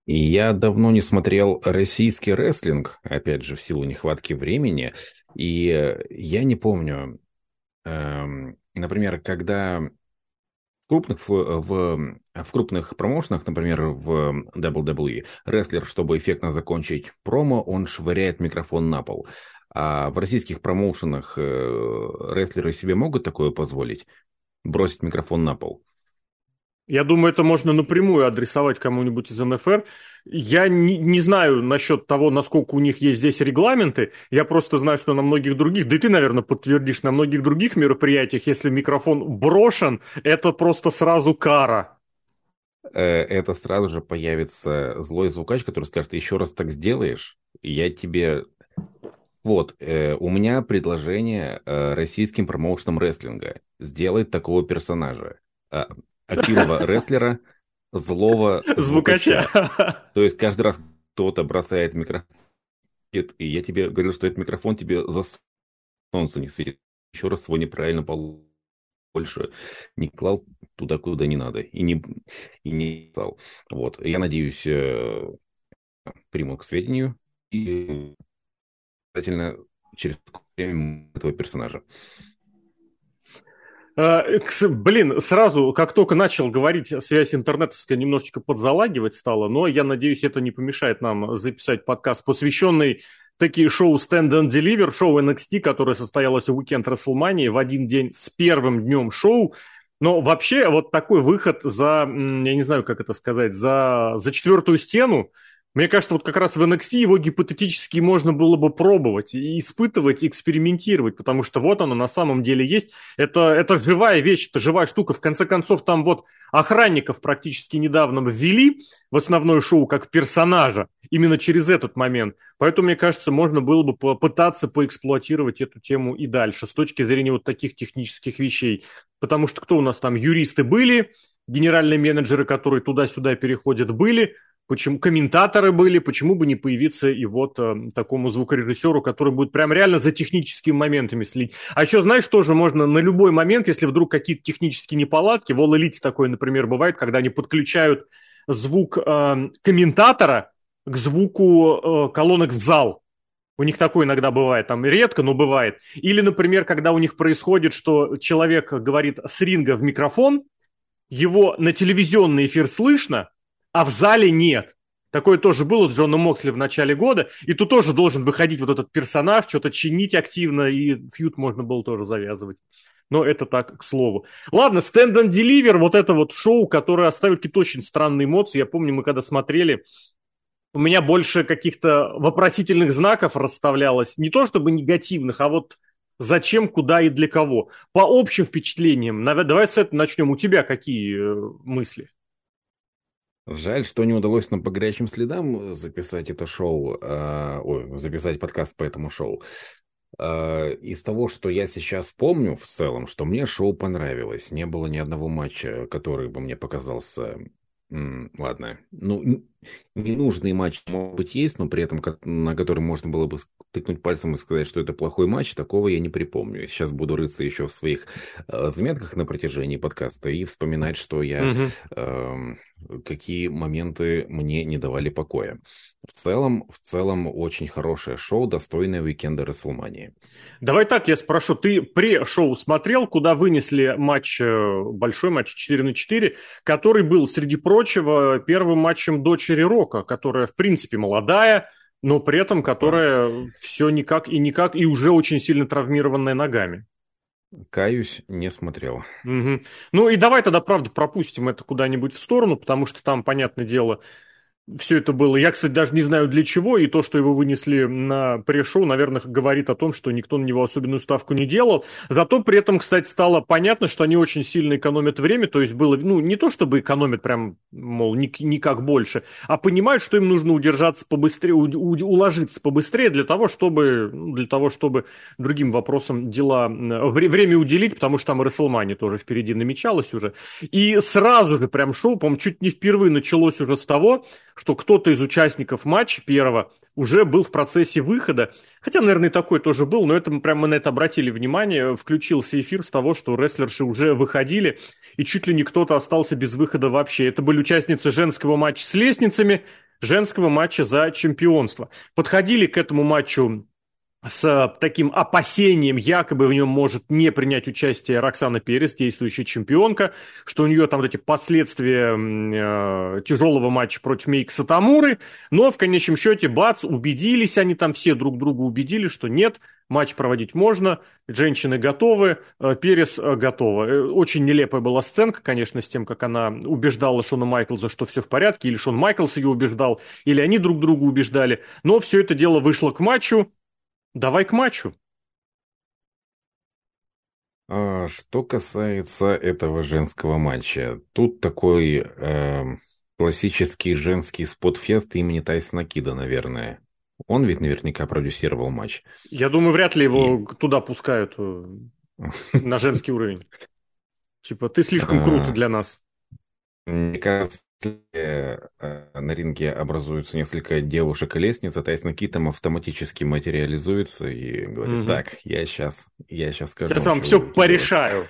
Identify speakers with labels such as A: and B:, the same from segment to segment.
A: И я давно не смотрел российский рестлинг, опять же, в силу нехватки времени. И я не помню, например, когда в крупных промоушенах, например, в WWE, рестлер, чтобы эффектно закончить промо, он швыряет микрофон на пол. А в российских промоушенах рестлеры себе могут такое позволить? Бросить микрофон на пол?
B: Я думаю, это можно напрямую адресовать кому-нибудь из НФР. Я не знаю насчет того, насколько у них есть здесь регламенты. Я просто знаю, что на многих других, да и ты, наверное, подтвердишь, на многих других мероприятиях, если микрофон брошен, это просто сразу кара.
A: Это сразу же появится злой звукач, который скажет: еще раз так сделаешь, я тебе... Вот, у меня предложение российским промоушенам рестлинга. Сделать такого персонажа. А, Акилова рестлера, злого
B: Звукача.
A: звукача. То есть каждый раз кто-то бросает микрофон, и я тебе говорил, что этот микрофон тебе за солнце не светит. Еще раз его неправильно больше не клал туда, куда не надо. И не стал. Вот. Я надеюсь, приму к сведению. И обязательно через время этого персонажа.
B: Блин, сразу, как только начал говорить, связь интернетовская немножечко подзалагивать стала, но я надеюсь, это не помешает нам записать подкаст, посвященный такие шоу Stand and Deliver, шоу NXT, которое состоялось в уикенд WrestleMania в один день с первым днем шоу. Но вообще вот такой выход за, я не знаю, как это сказать, за четвертую стену, мне кажется, вот как раз в NXT его гипотетически можно было бы пробовать, и испытывать, и экспериментировать, потому что вот оно на самом деле есть. Это живая вещь, это живая штука. В конце концов, там вот охранников практически недавно ввели в основное шоу как персонажа, именно через этот момент. Поэтому, мне кажется, можно было бы попытаться поэксплуатировать эту тему и дальше с точки зрения вот таких технических вещей. Потому что кто у нас там? Юристы были, генеральные менеджеры, которые туда-сюда переходят, были. Почему комментаторы были, почему бы не появиться и вот такому звукорежиссеру, который будет прям реально за техническими моментами следить. А еще, знаешь, тоже можно на любой момент, если вдруг какие-то технические неполадки, в All Elite такое, например, бывает, когда они подключают звук комментатора к звуку колонок в зал. У них такое иногда бывает, там редко, но бывает. Или, например, когда у них происходит, что человек говорит с ринга в микрофон, его на телевизионный эфир слышно, а в зале нет. Такое тоже было с Джоном Моксли в начале года. И тут тоже должен выходить вот этот персонаж, что-то чинить активно, и фьюд можно было тоже завязывать. Но это так, к слову. Ладно, Stand and Deliver, вот это вот шоу, которое оставит какие-то очень странные эмоции. Я помню, мы когда смотрели, у меня больше каких-то вопросительных знаков расставлялось. Не то чтобы негативных, а вот зачем, куда и для кого. По общим впечатлениям, давай с этого начнем. У тебя какие мысли?
A: Жаль, что не удалось нам по горячим следам записать это шоу, записать подкаст по этому шоу. Из того, что я сейчас помню в целом, что мне шоу понравилось. Не было ни одного матча, который бы мне показался... ладно. Ну, ненужный матч, может быть, есть, но при этом на который можно было бы тыкнуть пальцем и сказать, что это плохой матч, такого я не припомню. Сейчас буду рыться еще в своих заметках на протяжении подкаста и вспоминать, что я...
B: Мгм.
A: какие моменты мне не давали покоя. В целом очень хорошее шоу, достойное уикенда Расселмании.
B: Давай так, я спрошу, ты пре-шоу смотрел, куда вынесли матч, большой матч 4-4, который был, среди прочего, первым матчем дочери Рока, которая, в принципе, молодая, но при этом
A: А,
B: которая все никак и никак, и уже очень сильно травмированная ногами.
A: Каюсь, не смотрел.
B: Мгм. Ну и давай тогда, правда, пропустим это куда-нибудь в сторону, потому что там, понятное дело, все это было. Я, кстати, даже не знаю для чего, и то, что его вынесли на пресс-шоу, наверное, говорит о том, что никто на него особенную ставку не делал. Зато при этом, кстати, стало понятно, что они очень сильно экономят время, то есть было, ну, не то чтобы экономят прям, мол, никак больше, а понимают, что им нужно удержаться побыстрее, уложиться побыстрее для того, чтобы другим вопросам дела, время уделить, потому что там и WrestleMania тоже впереди намечалось уже. И сразу же прям шоу, по-моему, чуть не впервые началось уже с того, что кто-то из участников матча первого уже был в процессе выхода. Хотя, наверное, и такой тоже был, но это прямо мы на это обратили внимание. Включился эфир с того, что рестлерши уже выходили, и чуть ли не кто-то остался без выхода вообще. Это были участницы женского матча с лестницами, женского матча за чемпионство. Подходили к этому матчу с таким опасением, якобы в нем может не принять участие Роксана Перес, действующая чемпионка, что у нее там вот эти последствия тяжелого матча против Мейки Сатамуры, но в конечном счете, бац, убедились они там все друг друга убедили, что нет, матч проводить можно, женщины готовы, Перес готова. Очень нелепая была сценка, конечно, с тем, как она убеждала Шона Майклза, что все в порядке, или Шон Майклс ее убеждал, или они друг друга убеждали, но все это дело вышло к матчу. Давай к матчу.
A: Что касается этого женского матча, тут такой классический женский спотфест имени Тайсона Кида, наверное. Он ведь наверняка продюсировал матч.
B: Я думаю, вряд ли
A: И
B: его туда пускают на женский уровень. Типа, ты слишком крут
A: а,
B: для нас.
A: мне кажется, если на ринге образуются несколько девушек и лестница, Тайсон Кид там автоматически материализуется и говорит:
B: Мгм.
A: так, я сейчас скажу
B: Я
A: вам,
B: сам
A: что вы
B: все
A: будете делать.
B: порешаю.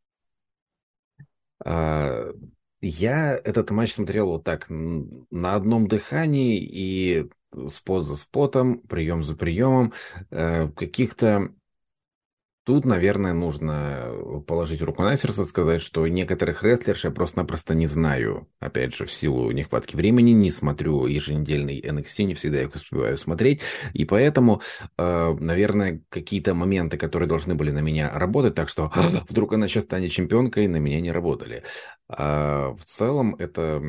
A: А, я этот матч смотрел вот так, на одном дыхании и спот за спотом, прием за приемом. Каких-то Тут, наверное, нужно положить руку на сердце, сказать, что некоторых рестлерш я просто-напросто не знаю. Опять же, в силу нехватки времени, не смотрю еженедельный NXT, не всегда их успеваю смотреть. И поэтому, наверное, какие-то моменты, которые должны были на меня работать, так что вдруг она сейчас станет чемпионкой, на меня не работали. В целом, это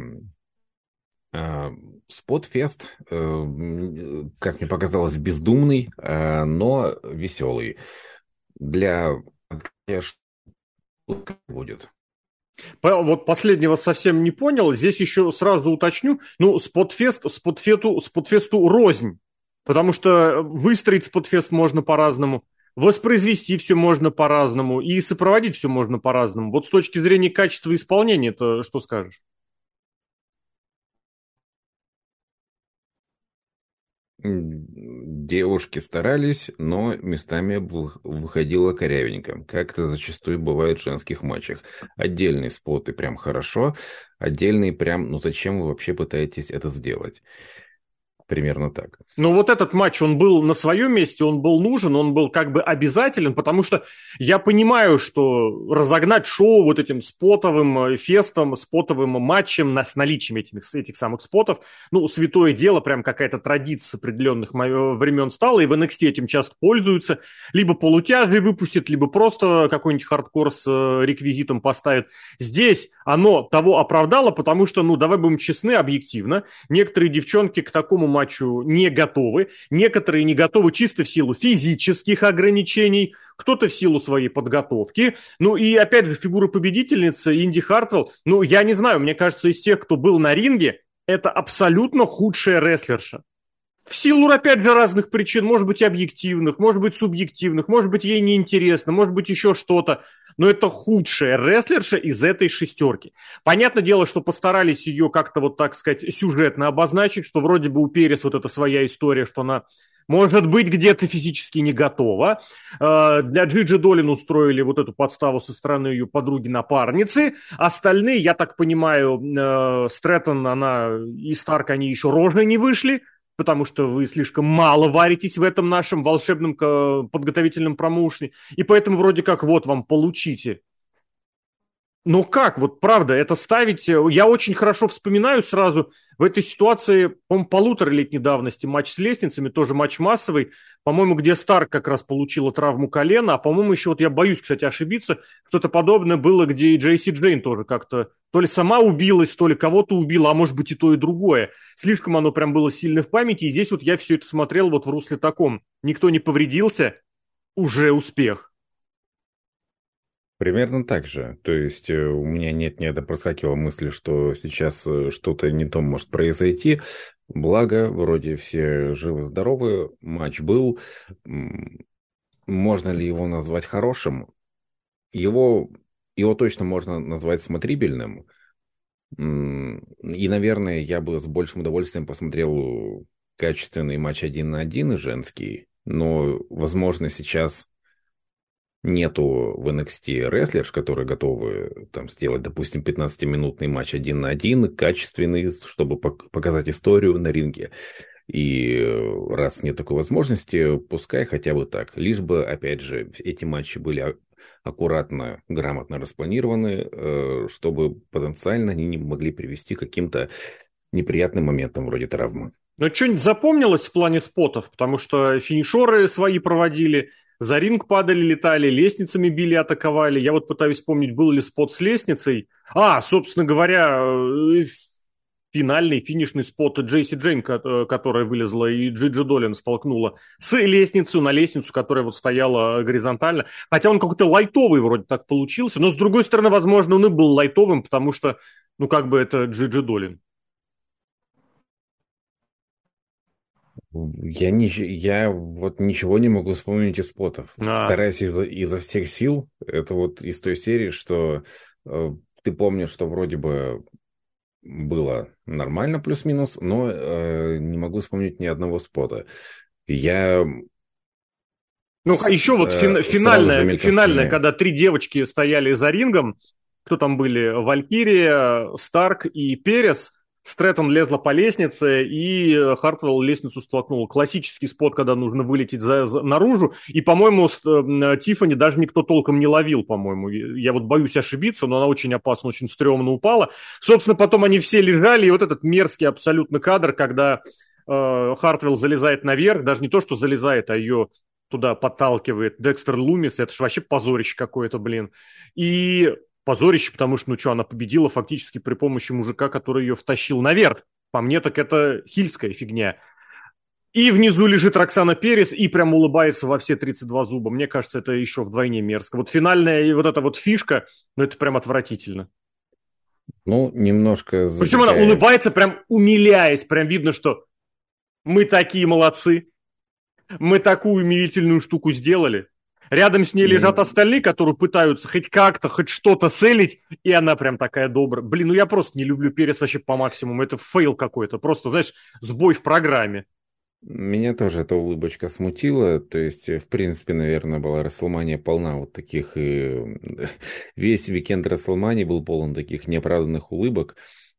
A: спотфест, как мне показалось, бездумный, но веселый. Для будет.
B: Вот последнего совсем не понял. Здесь еще сразу уточню. Ну, спотфесту рознь. Потому что выстроить спотфест можно по-разному, воспроизвести все можно по-разному, и сопроводить все можно по-разному. Вот с точки зрения качества исполнения, то что скажешь?
A: Девушки старались, но местами выходило корявенько, как это зачастую бывает в женских матчах. Отдельные споты прям хорошо, отдельные прям, ну зачем вы вообще пытаетесь это сделать? Примерно так.
B: Но вот этот матч, он был на своем месте, он был нужен, он был как бы обязателен, потому что я понимаю, что разогнать шоу вот этим спотовым фестом, спотовым матчем с наличием этих самых спотов, ну, святое дело, прям какая-то традиция с определенных времен стала, и в NXT этим часто пользуются. Либо полутяжи выпустят, либо просто какой-нибудь хардкор с реквизитом поставят. Здесь оно того оправдало, потому что, ну, давай будем честны, объективно, некоторые девчонки к такому матчу не готовы, некоторые не готовы чисто в силу физических ограничений, кто-то в силу своей подготовки. Ну и опять же, фигура победительницы Инди Хартвелл, ну я не знаю, мне кажется, из тех, кто был на ринге, это абсолютно худшая рестлерша. В силу, опять же, разных причин, может быть, объективных, может быть, субъективных, может быть, ей неинтересно, может быть, еще что-то. Но это худшая рестлерша из этой шестерки. Понятное дело, что постарались ее как-то вот, так сказать, сюжетно обозначить, что вроде бы у Перес вот эта своя история, что она может быть где-то физически не готова. Для Джиджи Долин устроили вот эту подставу со стороны ее подруги-напарницы. Остальные, я так понимаю, Стрэттон, она и Старк, они еще рожей не вышли, потому что вы слишком мало варитесь в этом нашем волшебном подготовительном промоушне, и поэтому вроде как вот вам получите. Но как, вот правда, это ставить... Я очень хорошо вспоминаю сразу в этой ситуации, по-моему, полуторалетней давности матч с лестницами, тоже матч массовый, по-моему, где Старк как раз получила травму колена, а по-моему, еще вот я боюсь, кстати, ошибиться, что-то подобное было, где и Джейси Джейн тоже как-то то ли сама убилась, то ли кого-то убила, а может быть и то, и другое. Слишком оно прям было сильно в памяти, и здесь вот я все это смотрел вот в русле таком. Никто не повредился, уже успех.
A: Примерно так же. То есть у меня нет проскакивала мысли, что сейчас что-то не то может произойти. Благо, вроде все живы-здоровы, матч был. Можно ли его назвать хорошим? Его, его точно можно назвать смотрибельным. И, наверное, я бы с большим удовольствием посмотрел качественный матч 1 на 1 женский. Но, возможно, сейчас нету в NXT рестлерш, которые готовы там сделать, допустим, 15-минутный матч 1 на 1, качественный, чтобы показать историю на ринге. И раз нет такой возможности, пускай хотя бы так. Лишь бы, опять же, эти матчи были аккуратно, грамотно распланированы, чтобы потенциально они не могли привести к каким-то неприятным моментам вроде травмы.
B: Но что-нибудь запомнилось в плане спотов? Потому что финишеры свои проводили, за ринг падали, летали, лестницами били, атаковали. Я вот пытаюсь вспомнить, был ли спот с лестницей. Собственно говоря, финальный, финишный спот Джейси Джейн, которая вылезла, и Джиджи Долин столкнула с лестницу на лестницу, которая вот стояла горизонтально. Хотя он какой-то лайтовый вроде так получился, но с другой стороны, возможно, он и был лайтовым, потому что, это Джиджи Долин.
A: Я вот ничего не могу вспомнить из спотов.
B: А,
A: Стараюсь изо всех сил. Это вот из той серии, что ты помнишь, что вроде бы было нормально плюс-минус, но не могу вспомнить ни одного спота. Я
B: еще вот
A: сразу же мельком
B: финальная,
A: вспоминаю.
B: когда три девочки стояли за рингом, кто там были? Валькирия, Старк и Перес. Стрэттон лезла по лестнице, и Хартвелл лестницу столкнул. Классический спот, когда нужно вылететь наружу. И, по-моему, Тиффани даже никто толком не ловил, по-моему. Я вот боюсь ошибиться, но она очень опасно, очень стрёмно упала. Собственно, потом они все лежали, и вот этот мерзкий абсолютно кадр, когда Хартвелл залезает наверх, даже не то, что залезает, а ее туда подталкивает Декстер Лумис. Это ж вообще позорище какое-то, блин. И позорище, потому что, она победила фактически при помощи мужика, который ее втащил наверх. По мне, так это хильская фигня. И внизу лежит Роксана Перес и прям улыбается во все 32 зуба. Мне кажется, это еще вдвойне мерзко. Вот финальная и вот эта вот фишка, это прям отвратительно.
A: Ну, немножко
B: Причем она
A: забегая.
B: улыбается, прям умиляясь. Прям видно, что мы такие молодцы. Мы такую умилительную штуку сделали. Рядом с ней лежат остальные, которые пытаются хоть как-то, хоть что-то селить, и она прям такая добрая. Блин, я просто не люблю Перес вообще по максимуму. Это фейл какой-то. Просто, знаешь, сбой в программе.
A: Меня тоже эта улыбочка смутила. То есть, в принципе, наверное, была Расселмания полна вот таких. И весь уикенд Расселмании был полон таких неоправданных улыбок.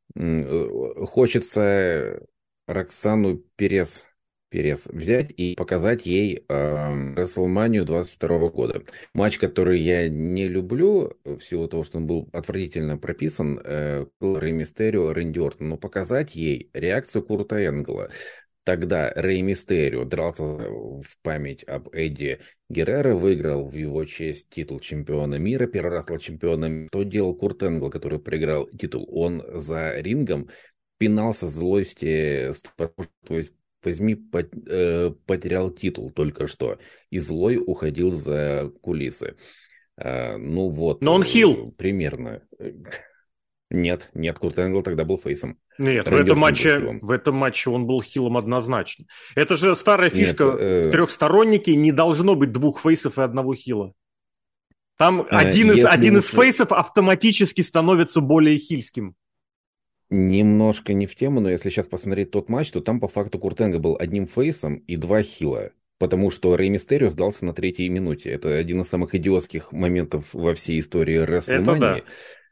A: Хочется Роксану Перес взять и показать ей Расселманию 22 года. Матч, который я не люблю, в силу того, что он был отвратительно прописан, Рэй Мистерио, Рэнди Ортон, но показать ей реакцию Курта Энгла. Тогда Рэй Мистерио дрался в память об Эдди Герреро, выиграл в его честь титул чемпиона мира, первый раз стал чемпионом. Что делал Курт Энгл, который проиграл титул? Он за рингом пинался с злости, то есть потерял титул только что, и злой уходил за кулисы. Ну вот,
B: Но он хил.
A: примерно. Нет, Курт Энгл тогда был фейсом.
B: Нет,
A: Рэнди Ортон был хилом.
B: в этом матче он был хилом однозначно. Это же старая
A: Нет,
B: фишка. В трехстороннике не должно быть двух фейсов и одного хила. Там один из фейсов автоматически становится более хильским.
A: Немножко не в тему, но если сейчас посмотреть тот матч, то там по факту Курт Энгл был одним фейсом и два хила. Потому что Рэй Мистерио сдался на 3-й минуте. Это один из самых идиотских моментов во всей истории Рестлмании.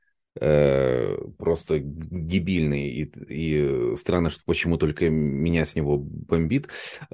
A: Просто дебильный. И странно, что почему только меня с него бомбит.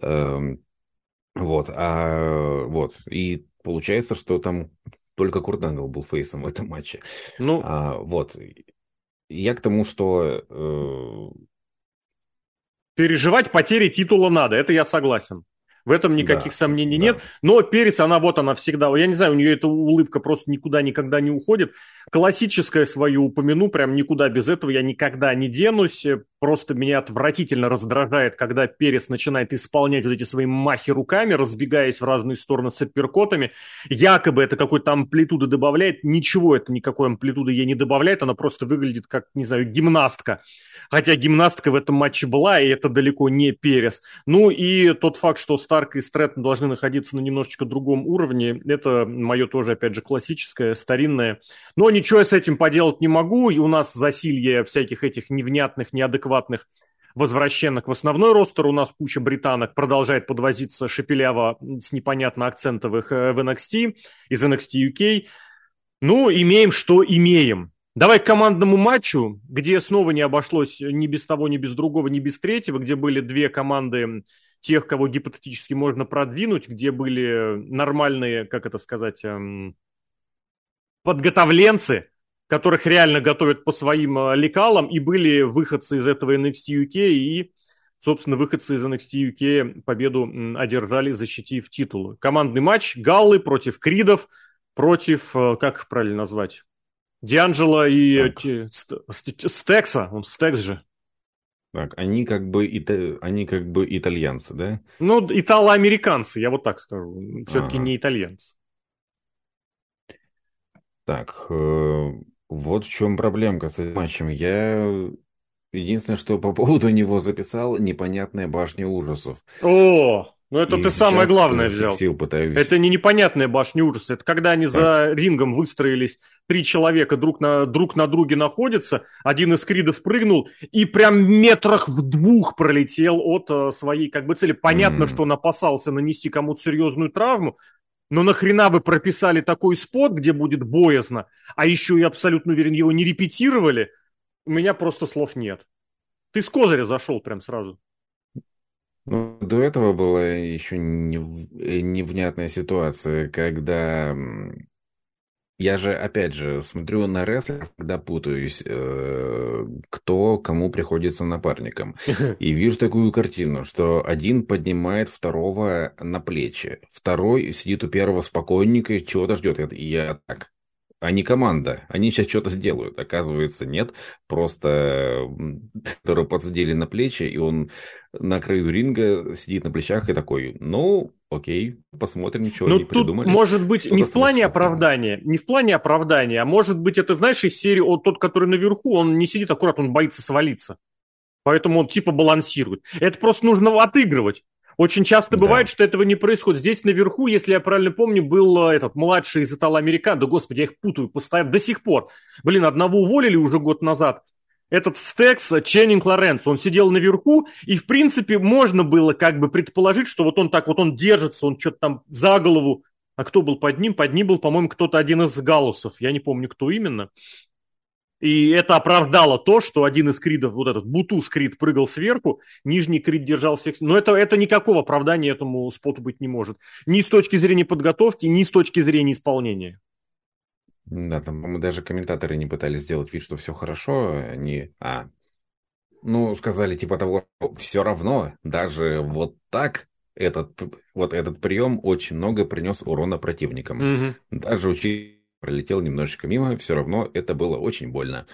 A: Вот. И получается, что там только Курт Энгл был фейсом в этом матче.
B: Ну,
A: Вот. Я к тому, что...
B: переживать потери титула надо, это я согласен. В этом никаких сомнений нет.
A: Да.
B: Но Перес, она всегда, я не знаю, у нее эта улыбка просто никуда никогда не уходит. Классическое свое упомяну, прям никуда без этого я никогда не денусь. Просто меня отвратительно раздражает, когда Перес начинает исполнять вот эти свои махи руками, разбегаясь в разные стороны с апперкотами. Якобы это какой-то амплитуды добавляет. Ничего это никакой амплитуды ей не добавляет. Она просто выглядит как, не знаю, гимнастка. Хотя гимнастка в этом матче была, и это далеко не Перес. Ну и тот факт, что Старк и Стрэттон должны находиться на немножечко другом уровне, это мое тоже, опять же, классическое, старинное. Но ничего я с этим поделать не могу, и у нас засилье всяких этих невнятных, неадекватных возвращенных в основной ростер. У нас куча британок продолжает подвозиться шепеляво с непонятно акцентовых в NXT, из NXT UK. Ну, имеем, что имеем. Давай к командному матчу, где снова не обошлось ни без того, ни без другого, ни без третьего, где были две команды тех, кого гипотетически можно продвинуть, где были нормальные, как это сказать, подготовленцы, которых реально готовят по своим лекалам, и были выходцы из этого NXT UK, и, собственно, выходцы из NXT UK победу одержали, защитив титулы. Командный матч Галлы против Кридов, против, как их правильно назвать, Дианджело и Стекса, он Стекс же.
A: Так, они как бы итальянцы, да?
B: Ну, итало-американцы, я вот так скажу, все-таки
A: Ага.
B: не итальянцы.
A: Так, вот в чем проблемка с этим матчем. Я единственное, что по поводу него записал, непонятная башня ужасов.
B: О, ну это
A: И
B: ты самое
A: сейчас
B: главное
A: изо всех
B: взял.
A: сил пытаюсь...
B: Это не непонятная башня ужаса. Это когда они
A: Так,
B: за рингом выстроились, три человека друг на друге находятся, один из кридов прыгнул и прям метрах в двух пролетел от своей как бы цели. Понятно, что он опасался нанести кому-то серьезную травму, но нахрена вы прописали такой спот, где будет боязно, а еще и абсолютно уверен, его не репетировали? У меня просто слов нет. Ты с козыря зашел прям сразу.
A: ну, до этого была еще невнятная ситуация, когда я же, опять же, смотрю на рестлеров, когда путаюсь, кто кому приходится напарником. И вижу такую картину, что один поднимает второго на плечи, второй сидит у первого спокойненько и чего-то ждет. И я так. Они команда, они сейчас что-то сделают. Оказывается, нет. Просто которого подсадили на плечи, и он на краю ринга сидит на плечах и такой, ну, окей, посмотрим, что
B: Ну,
A: они
B: тут
A: придумали.
B: может быть не
A: Что-то
B: в плане
A: совершенно странное.
B: оправдания, не в плане оправдания, а может быть, это, знаешь, из серии, вот тот, который наверху, он не сидит аккуратно, он боится свалиться. Поэтому он типа балансирует. Это просто нужно отыгрывать. Очень часто бывает,
A: Да.
B: что этого не происходит. Здесь наверху, если я правильно помню, был этот младший из Итало-Американ. Да, господи, я их путаю постоянно до сих пор. Блин, одного уволили уже год назад. Этот Стекс, Ченнинг Лоренцо, он сидел наверху, и, в принципе, можно было как бы предположить, что вот он так вот, он держится, он что-то там за голову. А кто был под ним? Под ним был, по-моему, кто-то один из галусов. Я не помню, кто именно. И это оправдало то, что один из кридов, вот этот Бутус крид, прыгал сверху, нижний крид держал всех. Но это никакого оправдания этому споту быть не может. Ни с точки зрения подготовки, ни с точки зрения исполнения.
A: Да, там, по-моему, даже комментаторы не пытались сделать вид, что все хорошо. Они, ну, сказали типа того, все равно, даже вот так этот прием очень много принес урона противникам.
B: Мгм.
A: Даже учитель пролетел немножечко мимо, все равно это было очень больно.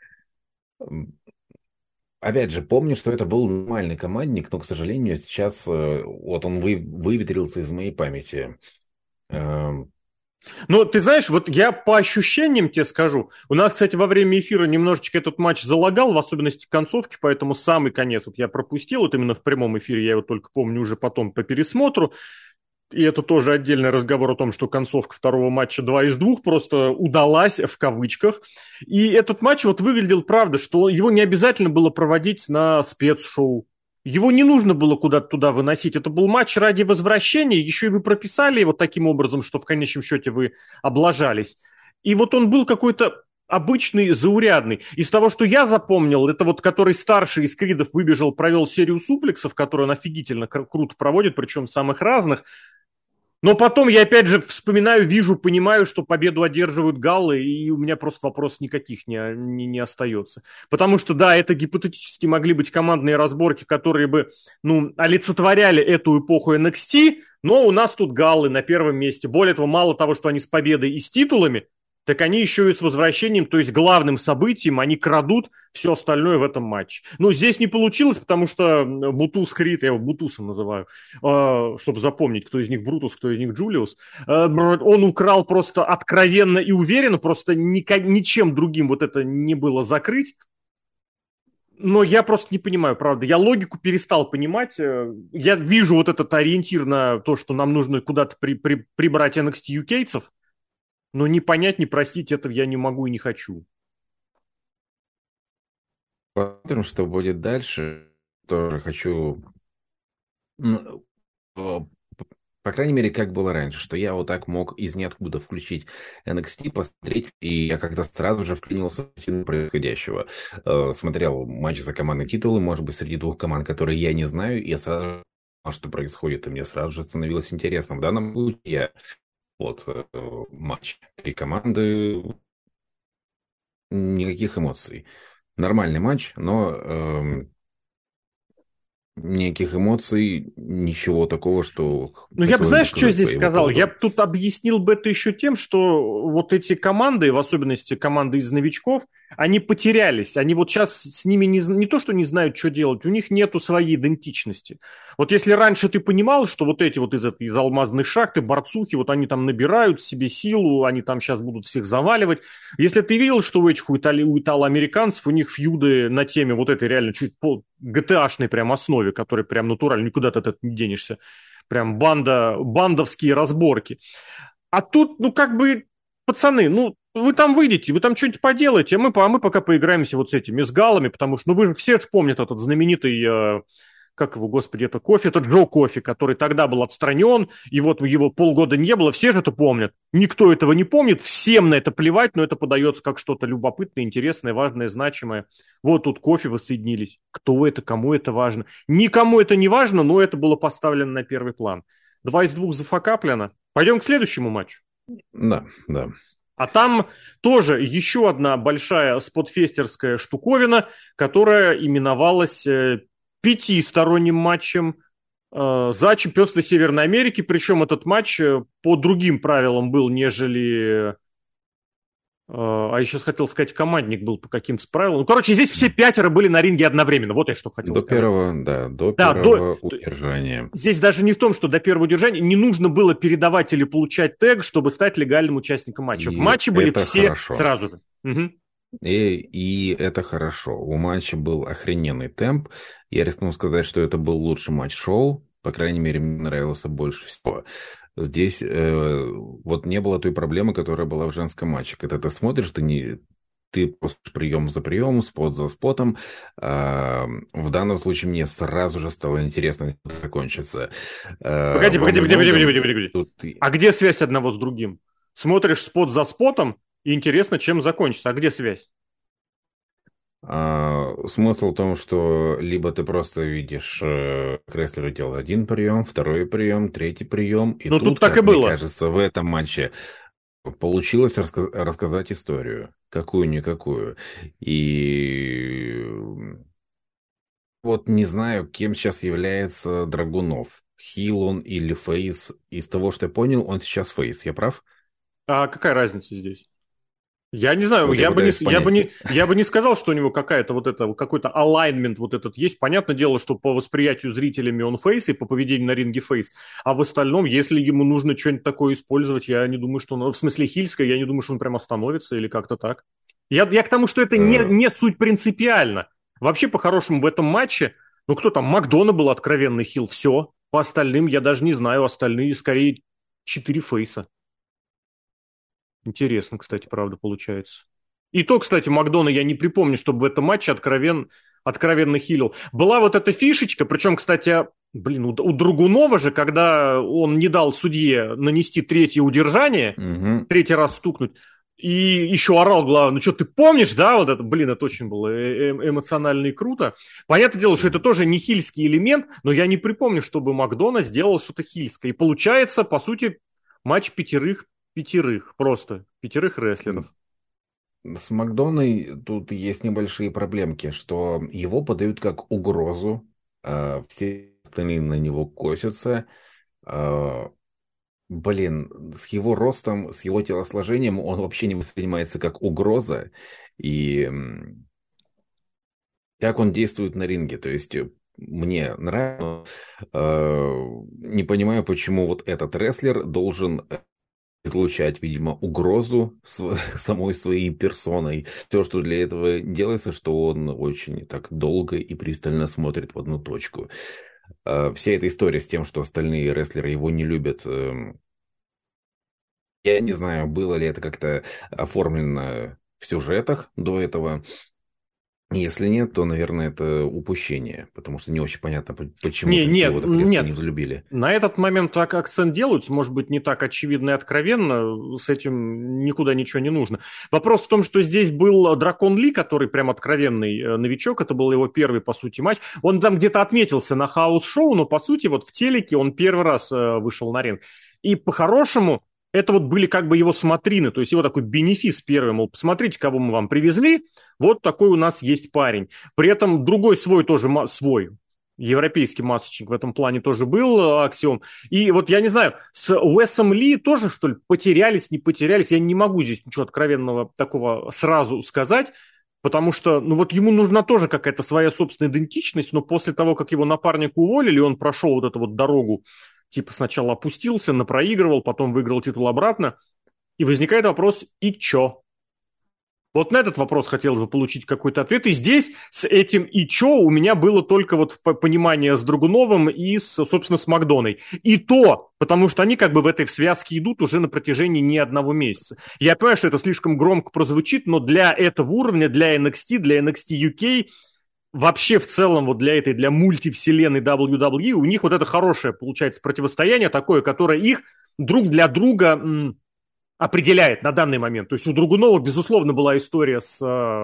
A: Опять же, помню, что это был нормальный командник, но, к сожалению, сейчас вот он выветрился из моей памяти. Эм,
B: Но ты знаешь, вот я по ощущениям тебе скажу. У нас, кстати, во время эфира немножечко этот матч залагал, в особенности концовки, поэтому самый конец вот я пропустил. Вот именно в прямом эфире я его только помню уже потом по пересмотру. И это тоже отдельный разговор о том, что концовка второго матча 2 из 2 просто удалась в кавычках. И этот матч вот выглядел, правда, что его не обязательно было проводить на спецшоу. Его не нужно было куда-то туда выносить. Это был матч ради возвращения. Еще и вы прописали его таким образом, что в конечном счете вы облажались. И вот он был какой-то обычный, заурядный. Из того, что я запомнил, это вот который старший из кридов выбежал, провел серию суплексов, которую он офигительно круто проводит, причем самых разных. Но потом я опять же вспоминаю, вижу, понимаю, что победу одерживают галлы, и у меня просто вопросов никаких не остается. Потому что, да, это гипотетически могли быть командные разборки, которые бы, ну, олицетворяли эту эпоху NXT, но у нас тут галлы на первом месте. Более того, мало того, что они с победой и с титулами, так они еще и с возвращением, то есть главным событием, они крадут все остальное в этом матче. Но здесь не получилось, потому что Бутус Крид, я его Бутусом называю, чтобы запомнить, кто из них Брутус, кто из них Джулиус, он украл просто откровенно и уверенно, просто ничем другим вот это не было закрыть. Но я просто не понимаю, правда. Я логику перестал понимать. Я вижу вот этот ориентир на то, что нам нужно куда-то прибрать NXT UK-цев, но не понять, не простить этого я не могу и не хочу.
A: Посмотрим, что будет дальше. тоже хочу, ну, по крайней мере, как было раньше, что я вот так мог из ниоткуда включить NXT, посмотреть, и я как-то сразу же вклинился в тему происходящего. Смотрел матч за командные титулы, может быть, среди двух команд, которые я не знаю, и я сразу же понял, что происходит, и мне сразу же становилось интересно. В данном случае вот матч. Три команды, никаких эмоций. Нормальный матч, но никаких эмоций, ничего такого, что
B: Ну, я бы,
A: хотелось бы
B: знаешь, что
A: сказать по
B: здесь
A: его
B: сказал? Я
A: поводу.
B: бы тут объяснил бы это еще тем, что вот эти команды, в особенности команды из новичков, они потерялись. Они вот сейчас с ними не то, что не знают, что делать, у них нету своей идентичности. Вот если раньше ты понимал, что вот эти вот из алмазной шахты, борцухи, вот они там набирают себе силу, они там сейчас будут всех заваливать. Если ты видел, что у этих у итало-американцев, у них фьюды на теме вот этой реально чуть по GTA-шной прям основе, которая прям натурально, никуда ты от этого не денешься. Прям бандовские разборки. А тут, ну, как бы, пацаны, ну, вы там выйдете, вы там что-нибудь поделаете, а мы пока поиграемся вот с этими, с галами, потому что, ну, вы же все помнят этот знаменитый, как его, господи, это Кофи, это Джо Кофи, который тогда был отстранен, и вот его полгода не было, все же это помнят. Никто этого не помнит, всем на это плевать, но это подается как что-то любопытное, интересное, важное, значимое. Вот тут Кофи воссоединились. Кто это, кому это важно? Никому это не важно, но это было поставлено на первый план. 2 из 2 зафакаплено. Пойдем к следующему матчу.
A: Да, да.
B: А там тоже еще одна большая спотфестерская штуковина, которая именовалась пятисторонним матчем за чемпионство Северной Америки. Причем этот матч по другим правилам был, нежели... А я сейчас хотел сказать, командник был по каким-то правилам. Ну, короче, здесь все пятеро были на ринге одновременно. Вот я что хотел
A: До
B: сказать.
A: первого, да, до
B: Да,
A: первого удержания.
B: здесь даже не в том, что до первого удержания не нужно было передавать или получать тег, чтобы стать легальным участником матча. В
A: И
B: матче были
A: это
B: все
A: хорошо.
B: сразу же. Угу.
A: И это хорошо. У матча был охрененный темп. Я рискну сказать, что это был лучший матч шоу. По крайней мере, мне нравился больше всего. Здесь вот не было той проблемы, которая была в женском матче. Когда ты смотришь, ты просто прием за приемом, спот за спотом. В данном случае мне сразу же стало интересно, как это закончится.
B: Погоди,
A: Во
B: погоди, погоди, погоди,
A: многом
B: погоди, погоди.
A: тут...
B: А где связь одного с другим? Смотришь спот за спотом, и интересно, чем закончится. А где связь?
A: Смысл в том, что либо ты просто видишь, Креслер делал один прием, второй прием, третий прием, и
B: Ну, тут
A: тут,
B: так и
A: как мне
B: было.
A: кажется, в этом матче получилось рассказать историю, какую-никакую. И вот не знаю, кем сейчас является Драгунов. Хил он или фейс. Из того, что я понял, он сейчас фейс. Я прав?
B: А какая разница здесь? Я не знаю,
A: Вот я пытаюсь понять.
B: я бы не сказал, что у него какая-то вот это, какой-то алайнмент вот этот есть. Понятное дело, что по восприятию зрителями он фейс и по поведению на ринге фейс. А в остальном, если ему нужно что-нибудь такое использовать, я не думаю, что он, в смысле хильское, я не думаю, что он прям остановится или как-то так. Я к тому, что это
A: Э,
B: не суть принципиально. Вообще, по-хорошему, в этом матче, ну кто там, Макдона был откровенный хил, все. По остальным я даже не знаю, остальные скорее 4 фейса. Интересно, кстати, правда, получается. И то, кстати, Макдона я не припомню, чтобы в этом матче откровенно хилил. Была вот эта фишечка, причем, кстати, блин, у Драгунова же, когда он не дал судье нанести третье удержание,
A: мгм.
B: третий раз стукнуть, и еще орал, главное, ну что, ты помнишь, да, вот это, блин, это очень было эмоционально и круто. Понятное дело, что это тоже не хильский элемент, но я не припомню, чтобы Макдона сделал что-то хильское. И получается, по сути, матч пятерых, просто пятерых рестлеров.
A: С Макдоной тут есть небольшие проблемки, что его подают как угрозу, все остальные на него косятся. А, Блин, с его ростом, с его телосложением он вообще не воспринимается как угроза. И как он действует на ринге, то есть мне нравится, не понимаю, почему вот этот рестлер должен излучать, видимо, угрозу самой своей персоной. Все, что для этого делается, что он очень так долго и пристально смотрит в одну точку. Вся эта история с тем, что остальные рестлеры его не любят, я не знаю, было ли это как-то оформлено в сюжетах до этого. Если нет, то, наверное, это упущение, потому что не очень понятно, почему
B: Не,
A: там все
B: нет,
A: его так резко не
B: нет.
A: взлюбили.
B: На этот момент так акцент делаются, может быть, не так очевидно и откровенно, с этим никуда ничего не нужно. Вопрос в том, что здесь был Дракон Ли, который прям откровенный новичок, это был его первый, по сути, матч. Он там где-то отметился на хаус-шоу, но, по сути, вот в телеке он первый раз вышел на ринг. И по-хорошему, это вот были как бы его смотрины, то есть его такой бенефис первый, мол, посмотрите, кого мы вам привезли, вот такой у нас есть парень. При этом другой свой тоже, свой, европейский масочник в этом плане тоже был, Аксиом. И вот я не знаю, с Уэсом Ли тоже, что ли, потерялись, не потерялись. Я не могу здесь ничего откровенного такого сразу сказать, потому что, ну вот ему нужна тоже какая-то своя собственная идентичность, но после того, как его напарника уволили, он прошел вот эту вот дорогу, типа сначала опустился, напроигрывал, потом выиграл титул обратно, и возникает вопрос, и чё? Вот на этот вопрос хотелось бы получить какой-то ответ. И здесь с этим и чё у меня было только вот понимание с Драгуновым и, собственно, с Макдоной. И то, потому что они как бы в этой связке идут уже на протяжении не одного месяца. Я понимаю, что это слишком громко прозвучит, но для этого уровня, для NXT, для NXT UK, вообще в целом вот для мультивселенной WWE, у них вот это хорошее, получается, противостояние такое, которое их друг для друга определяет на данный момент. То есть у Драгунова, безусловно, была история с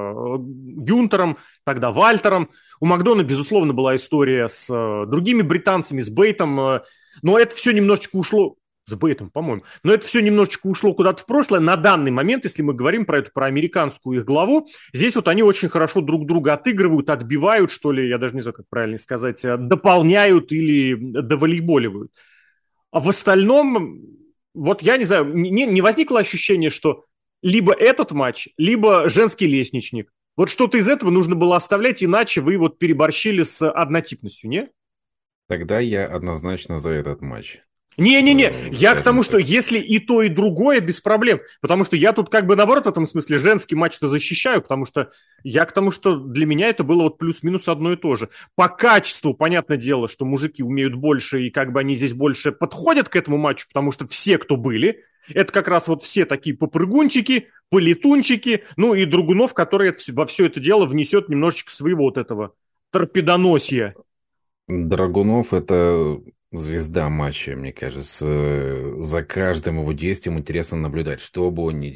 B: Гюнтером, тогда Вальтером. У Макдона, безусловно, была история с другими британцами, с Бейтом. Но это все немножечко ушло... С Бейтом, по-моему. Но это все немножечко ушло куда-то в прошлое. На данный момент, если мы говорим про про американскую их главу, здесь вот они очень хорошо друг друга отыгрывают, отбивают, что ли, я даже не знаю, как правильно сказать, дополняют или доволейболивают. А в остальном, вот я не знаю, не возникло ощущение, что либо этот матч, либо женский лестничник. Вот что-то из этого нужно было оставлять, иначе вы вот переборщили с однотипностью, не?
A: Тогда я однозначно за этот матч,
B: Не-не-не, я к
A: скажем
B: тому, что
A: так.
B: если и то, и другое, без проблем. Потому что я тут как бы наоборот в этом смысле женский матч-то защищаю, потому что я к тому, что для меня это было вот плюс-минус одно и то же. По качеству, понятное дело, что мужики умеют больше, и как бы они здесь больше подходят к этому матчу, потому что все, кто были, это как раз вот все такие попрыгунчики, полетунчики, ну и Драгунов, который во все это дело внесет немножечко своего вот этого торпедоносия.
A: Драгунов — это звезда матча, мне кажется. За каждым его действием интересно наблюдать. Что бы он ни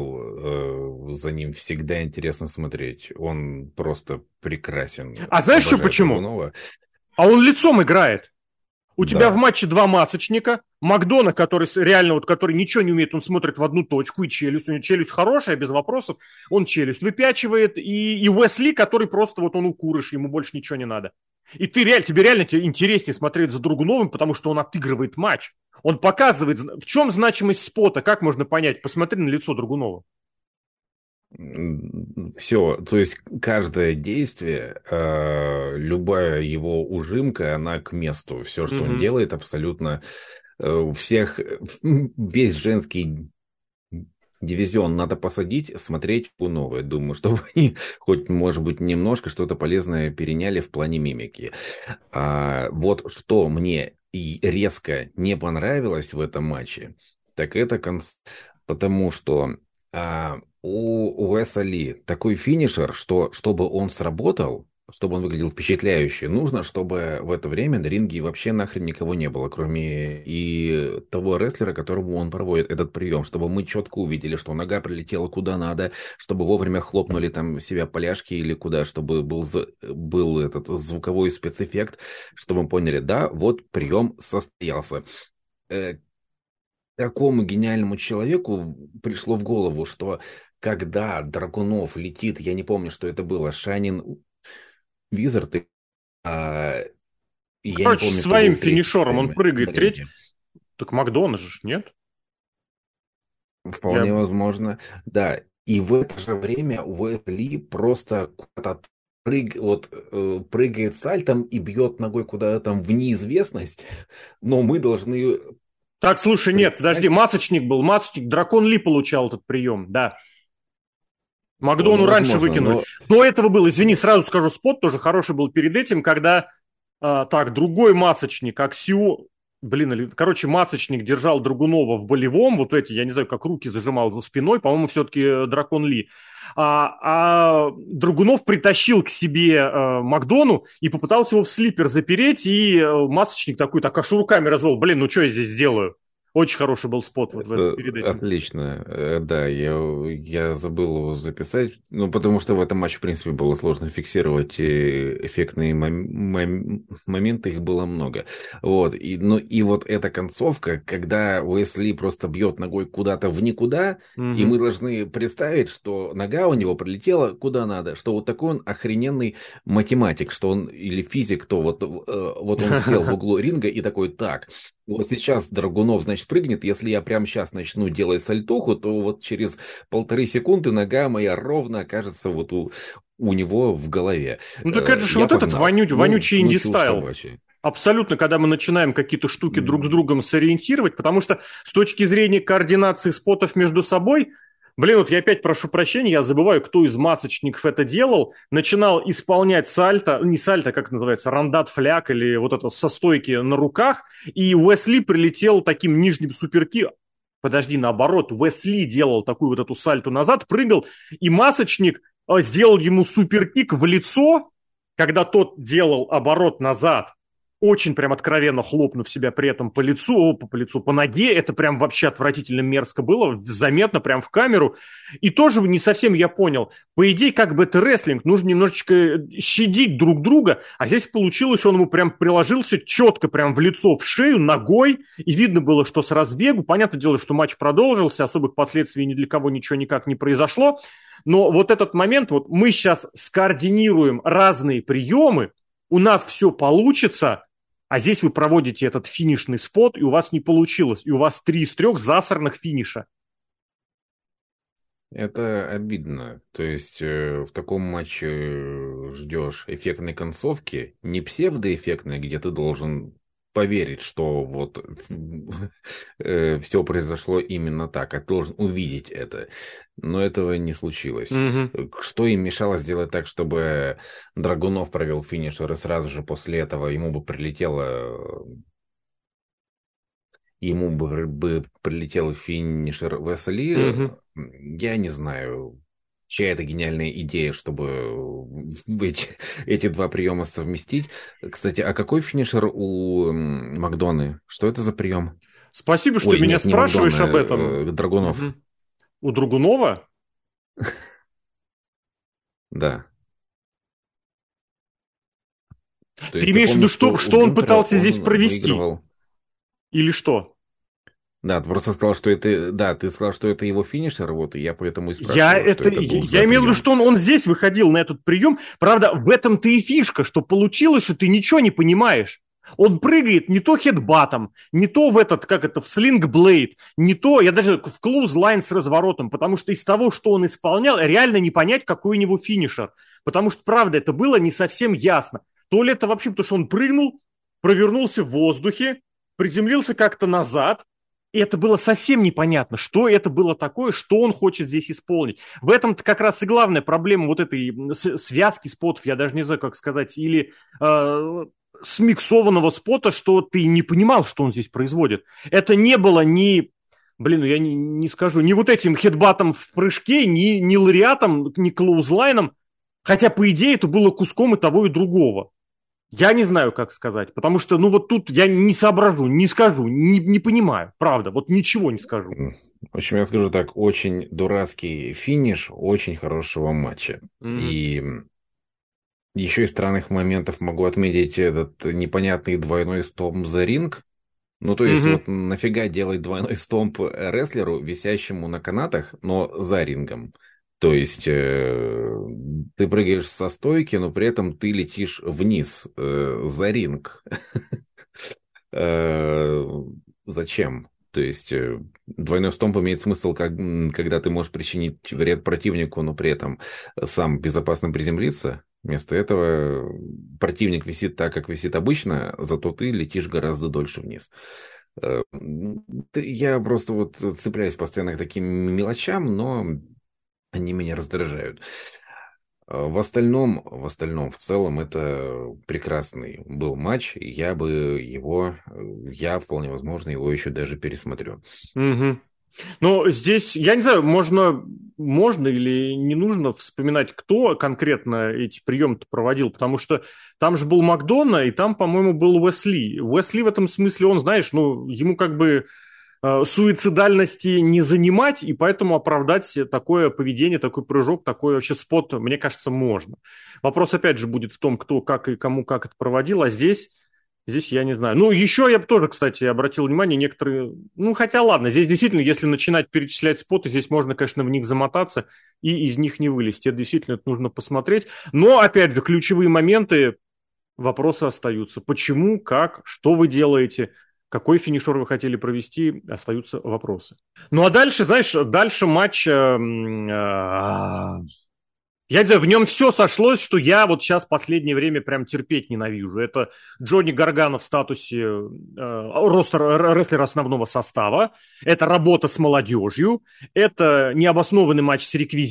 A: делал, за ним всегда интересно смотреть. Он просто прекрасен.
B: А знаешь еще
A: Обожаю
B: почему?
A: Драгунова.
B: А он лицом играет. У тебя в
A: Да.
B: матче два масочника. Макдона, который реально, вот, который ничего не умеет, он смотрит в одну точку, и челюсть. У него челюсть хорошая, без вопросов. Он челюсть выпячивает. И Уэсли, который просто вот он укурыш, ему больше ничего не надо. И тебе реально интереснее смотреть за Драгуновым, потому что он отыгрывает матч. Он показывает, в чем значимость спота, как можно понять. Посмотри на лицо Драгунова.
A: Все, то есть каждое действие, любая его ужимка, она к месту. Все, что он
B: Угу.
A: делает, абсолютно всех, весь женский дивизион надо посадить, смотреть по новое. Думаю, чтобы они хоть, может быть, немножко что-то полезное переняли в плане мимики. Вот что мне и резко не понравилось в этом матче, так это потому что у Уэса Ли такой финишер, что чтобы он сработал, чтобы он выглядел впечатляюще, нужно, чтобы в это время на ринге вообще нахрен никого не было, кроме и того рестлера, которому он проводит этот прием, чтобы мы четко увидели, что нога прилетела куда надо, чтобы вовремя хлопнули там себя поляшки или куда, чтобы был этот звуковой спецэффект, чтобы мы поняли, да, вот прием состоялся. Такому гениальному человеку пришло в голову, что когда Драгунов летит, я не помню, что это было, Шанин Визард, а, и я не
B: Короче,
A: помню, кто
B: своим
A: был третий
B: финишером он
A: на
B: прыгает треть.
A: ринге.
B: Так Макдональдс же, нет?
A: Вполне
B: Я...
A: возможно. Да, и в это же время Уэсли просто куда-то прыгает сальтом и бьет ногой куда-то там в неизвестность, но мы должны
B: Так, слушай, нет, подожди,
A: представить,
B: масочник был, масочник, Дракон Ли получал этот прием, да.
A: вполне
B: Макдону раньше
A: возможно,
B: выкинули.
A: но
B: До этого был, извини, сразу скажу, спот тоже хороший был перед этим, когда, так, другой масочник, Аксио, короче, масочник держал Драгунова в болевом, вот эти, я не знаю, как руки зажимал за спиной, по-моему, все-таки Дракон Ли. А Драгунов притащил к себе Макдону и попытался его в слипер запереть, и масочник такой, так аж руками развел. Блин, ну что я здесь сделаю? Очень хороший был спот вот перед этим.
A: Отлично. Да, я забыл его записать, ну, потому что в этом матче, в принципе, было сложно фиксировать эффектные моменты, их было много. Вот, ну, и вот эта концовка, когда Уэсли просто бьет ногой куда-то в никуда, и мы должны представить, что нога у него прилетела куда надо, что вот такой он охрененный математик, что он, или физик, то вот он сел в углу ринга и такой, так, вот сейчас Драгунов, значит, прыгнет. Если я прямо сейчас начну делать сальтуху, то вот через 1,5 секунды нога моя ровно окажется вот у него в голове.
B: Ну так это же
A: Я
B: вот этот
A: погнал.
B: вонючий
A: Ну, чушь
B: инди-стайл.
A: собачья.
B: Абсолютно, когда мы начинаем какие-то штуки друг с другом сориентировать, потому что с точки зрения координации спотов между собой, блин, вот я опять прошу прощения, я забываю, кто из масочников это делал, начинал исполнять сальто, не сальто, как это называется, рандат фляг или вот это со стойки на руках, и Уэсли прилетел таким нижним суперки, подожди, наоборот, Уэсли делал такую вот эту сальту назад, прыгал, и масочник сделал ему суперкик в лицо, когда тот делал оборот назад, очень прям откровенно хлопнув себя при этом по ноге, это прям вообще отвратительно мерзко было, заметно прям в камеру. И тоже не совсем я понял. По идее, как бы это рестлинг, нужно немножечко щадить друг друга, а здесь получилось, он ему прям приложился четко прям в лицо, в шею, ногой, и видно было, что с разбегу. Понятное дело, что матч продолжился, особых последствий ни для кого ничего никак не произошло. Но вот этот момент, вот мы сейчас скоординируем разные приемы, у нас все получится, а здесь вы проводите этот финишный спот, и у вас не получилось. И у вас 3 из 3 засранных финиша.
A: Это обидно. То есть в таком матче ждешь эффектной концовки, не псевдоэффектной, где ты должен поверить, что вот все произошло именно так, а ты должен увидеть это. Но этого не случилось. Что им мешало сделать так, чтобы Драгунов провел финишер, и сразу же после этого ему бы прилетел финишер Весели, я не знаю, чья это гениальная идея, чтобы эти два приема совместить. Кстати, а какой финишер у Макдоны? Что это за прием?
B: Спасибо, что
A: Ой,
B: меня
A: нет, не
B: спрашиваешь об
A: Макдона,
B: этом.
A: Драгунов.
B: У Драгунова?
A: Да. То
B: Ты
A: есть я
B: имеешь в виду,
A: помню, что у
B: что он
A: Гюнтера
B: пытался здесь
A: он
B: провести?
A: выигрывал.
B: Или что?
A: Да, ты просто сказал, что это... Да, ты сказал, что это его финишер, вот, и я поэтому и спрашиваю, что это был за
B: Я имел в виду,
A: прием.
B: что он здесь выходил на этот прием. Правда, в этом-то и фишка, что получилось, что ты ничего не понимаешь. Он прыгает не то хедбатом, не то в этот, как это, в слингблейд, не то, я даже в клоузлайн с разворотом, потому что из того, что он исполнял, реально не понять, какой у него финишер. Потому что, правда, это было не совсем ясно. То ли это вообще, потому что он прыгнул, провернулся в воздухе, приземлился как-то назад, и это было совсем непонятно, что это было такое, что он хочет здесь исполнить. В этом-то как раз и главная проблема вот этой связки спотов, я даже не знаю, как сказать, или смиксованного спота, что ты не понимал, что он здесь производит. Это не было ни, блин, ну я не скажу, ни вот этим хедбатом в прыжке, ни лариатом, ни клоузлайном, хотя, по идее, это было куском и того, и другого. Я не знаю, как сказать, потому что, ну вот тут я не соображу, не скажу, не понимаю, правда, вот ничего не скажу.
A: В общем, я скажу так, очень дурацкий финиш очень хорошего матча. И еще из странных моментов могу отметить этот непонятный двойной стомп за ринг. Ну, то есть, вот нафига делать двойной стомп рестлеру, висящему на канатах, но за рингом? То есть, ты прыгаешь со стойки, но при этом ты летишь вниз, за ринг. Зачем? То есть, двойной стомп имеет смысл, когда ты можешь причинить вред противнику, но при этом сам безопасно приземлиться. Вместо этого противник висит так, как висит обычно, зато ты летишь гораздо дольше вниз. Я просто вот цепляюсь постоянно к таким мелочам, но они меня раздражают. В остальном, в целом, это прекрасный был матч. Я вполне возможно, его еще даже пересмотрю.
B: Но здесь, я не знаю, можно или не нужно вспоминать, кто конкретно эти приемы проводил, потому что там же был Макдона, и там, по-моему, был Уэсли. Уэсли в этом смысле, он, знаешь, ну, ему как бы суицидальности не занимать, и поэтому оправдать такое поведение, такой прыжок, такой вообще спот, мне кажется, можно. Вопрос, опять же, будет в том, кто как и кому как это проводил, а здесь я не знаю. Ну, еще я бы тоже, кстати, обратил внимание, некоторые... Ну, хотя ладно, здесь действительно, если начинать перечислять споты, здесь можно, конечно, в них замотаться и из них не вылезти. Это действительно это нужно посмотреть. Но, опять же, ключевые моменты, вопросы остаются. Почему, как, что вы делаете, какой финишер вы хотели провести, остаются вопросы. Ну, а дальше, знаешь, дальше матч... Я не знаю, в нем все сошлось, что я вот сейчас в последнее время прям терпеть ненавижу. Это Джонни Гаргано в статусе рестлера основного состава, это работа с молодежью, это необоснованный матч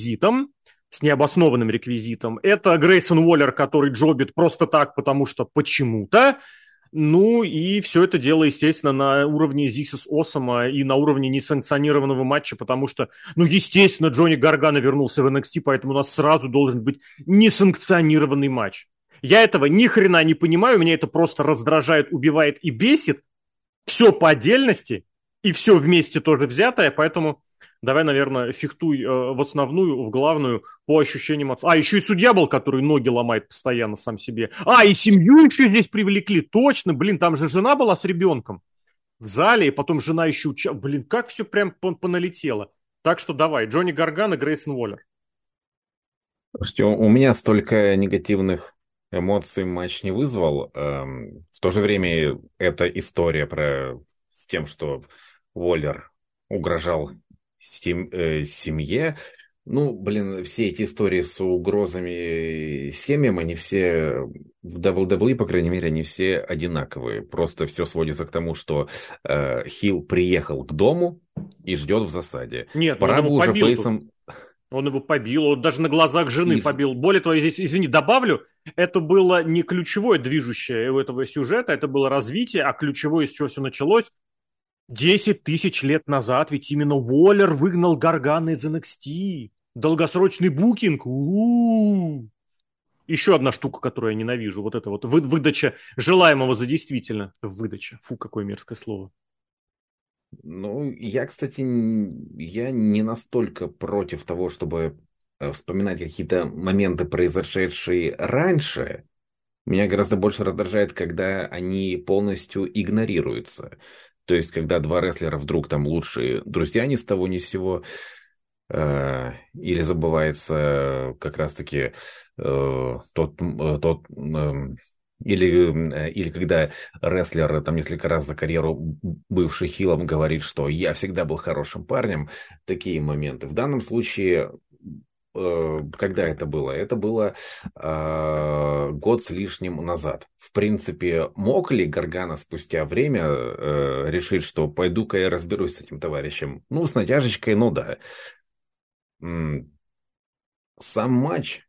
B: с необоснованным реквизитом, это Грейсон Уоллер, который джобит просто так, потому что почему-то, ну и все это дело, естественно, на уровне This is Awesome и на уровне несанкционированного матча, потому что, ну, естественно, Джонни Гаргано вернулся в NXT, поэтому у нас сразу должен быть несанкционированный матч. Я этого ни хрена не понимаю, меня это просто раздражает, убивает и бесит. Все по отдельности и все вместе тоже взятое, поэтому давай, наверное, фехтуй в основную, в главную, по ощущениям отца. А, еще и судья был, который ноги ломает постоянно сам себе. А, и семью еще здесь привлекли, точно, блин, там же жена была с ребенком в зале, и потом жена еще участвовала. Блин, как все прям поналетело. Так что давай, Джонни Гаргано, Грейсон Уоллер.
A: Слушайте, у меня столько негативных эмоций матч не вызвал. В то же время эта история с тем, что Уоллер угрожал семье. Ну, блин, все эти истории с угрозами семьям, они все в WWE, по крайней мере, они все одинаковые. Просто все сводится к тому, что Хилл приехал к дому и ждет в засаде.
B: Нет,
A: Пора бы уже фейсом...
B: Он его побил, он даже на глазах жены побил. Более того, здесь, извини, добавлю, это было не ключевое движущее у этого сюжета, это было развитие, а ключевое, с чего все началось, 10 тысяч лет назад ведь именно Уоллер выгнал Гаргана из NXT. Долгосрочный букинг. У-у-у. Еще одна штука, которую я ненавижу, вот это вот выдача желаемого за действительно. Выдача. Фу, какое мерзкое слово.
A: Ну, я, кстати, я не настолько против того, чтобы вспоминать какие-то моменты, произошедшие раньше. Меня гораздо больше раздражает, когда они полностью игнорируются. То есть, когда два рестлера вдруг там лучшие друзья ни с того ни с сего, или забывается как раз-таки или когда рестлер там несколько раз за карьеру бывший хилом говорит, что я всегда был хорошим парнем, такие моменты. В данном случае, когда это было? Это было год с лишним назад. В принципе, мог ли Гаргано спустя время решить, что пойду-ка я разберусь с этим товарищем? Ну, с натяжечкой, ну да. Сам матч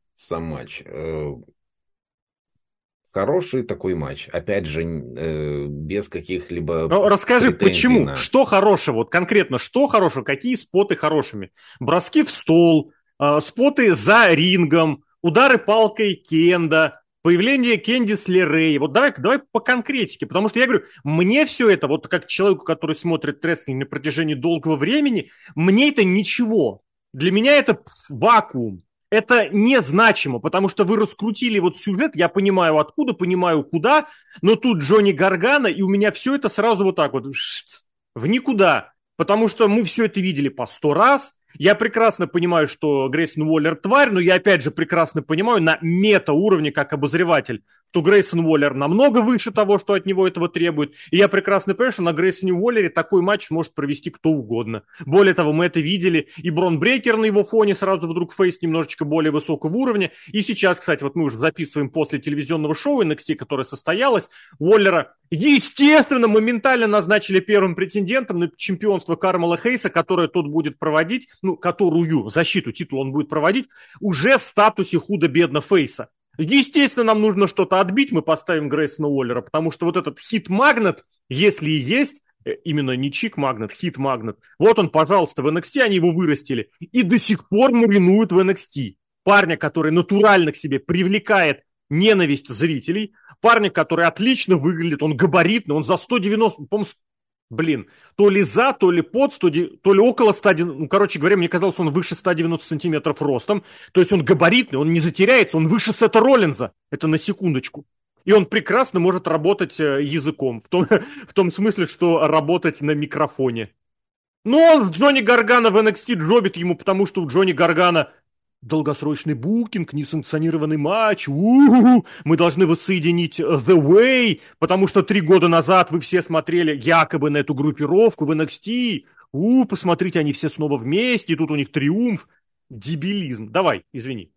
A: хороший такой матч. Опять же, без каких-либо
B: Ну, расскажи, почему?
A: на...
B: Что хорошего? Вот конкретно, что хорошего? Какие споты хорошими? Броски в стол, споты за рингом, удары палкой Кенда, появление Кендис Лерей. Вот давай по конкретике, потому что я говорю, мне все это, вот как человеку, который смотрит рестлинг на протяжении долгого времени, мне это ничего. Для меня это вакуум. Это незначимо, потому что вы раскрутили вот сюжет, я понимаю откуда, понимаю куда, но тут Джонни Гаргано, и у меня все это сразу вот так вот в никуда, потому что мы все это видели по 100 раз. Я прекрасно понимаю, что Грейсон Уоллер тварь, но я опять же прекрасно понимаю на мета-уровне, как обозреватель, что Грейсон Уоллер намного выше того, что от него этого требует. И я прекрасно понимаю, что на Грейсоне Уоллере такой матч может провести кто угодно. Более того, мы это видели. И Брон Брейкер на его фоне сразу вдруг фейс немножечко более высокого уровня. И сейчас, кстати, вот мы уже записываем после телевизионного шоу NXT, которое состоялось, Уоллера, естественно, моментально назначили первым претендентом на чемпионство Кармела Хейса, которое тот будет проводить, ну, которую защиту титула он будет проводить уже в статусе худо-бедно фейса. Естественно, нам нужно что-то отбить, мы поставим Грейсона Уоллера, потому что вот этот хит-магнет, если и есть, именно не чик-магнат, хит-магнат. Вот он, пожалуйста, в NXT они его вырастили и до сих пор маринуют в NXT. Парня, который натурально к себе привлекает ненависть зрителей, парня, который отлично выглядит, он габаритный, он за 190, по-моему, блин, то ли за, то ли под, то ли около 190, ну, короче говоря, мне казалось, он выше 190 сантиметров ростом, то есть он габаритный, он не затеряется, он выше Сета Роллинза, это на секундочку. И он прекрасно может работать языком, в том смысле, что работать на микрофоне. Но он с Джонни Гаргано в NXT джобит ему, потому что у Джонни Гаргано долгосрочный букинг, несанкционированный матч. У-у-у, мы должны воссоединить The Way, потому что 3 года назад вы все смотрели якобы на эту группировку в NXT. Посмотрите, они все снова вместе, и тут у них триумф. Дебилизм. Давай, извини.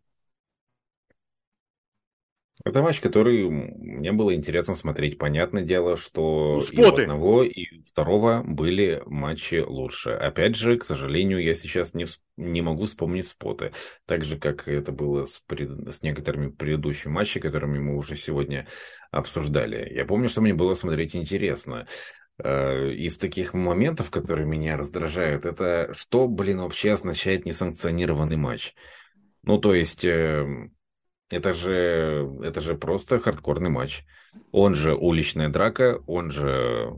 A: Это матч, который мне было интересно смотреть. Понятное дело,
B: Ну,
A: что и у
B: споты.
A: одного, и у второго были матчи лучше. Опять же, к сожалению, я сейчас не могу вспомнить споты. Так же, как это было с некоторыми предыдущими матчами, которыми мы уже сегодня обсуждали. Я помню, что мне было смотреть интересно. Из таких моментов, которые меня раздражают, это что, блин, вообще означает несанкционированный матч? Ну, то есть... это же просто хардкорный матч. Он же уличная драка, он же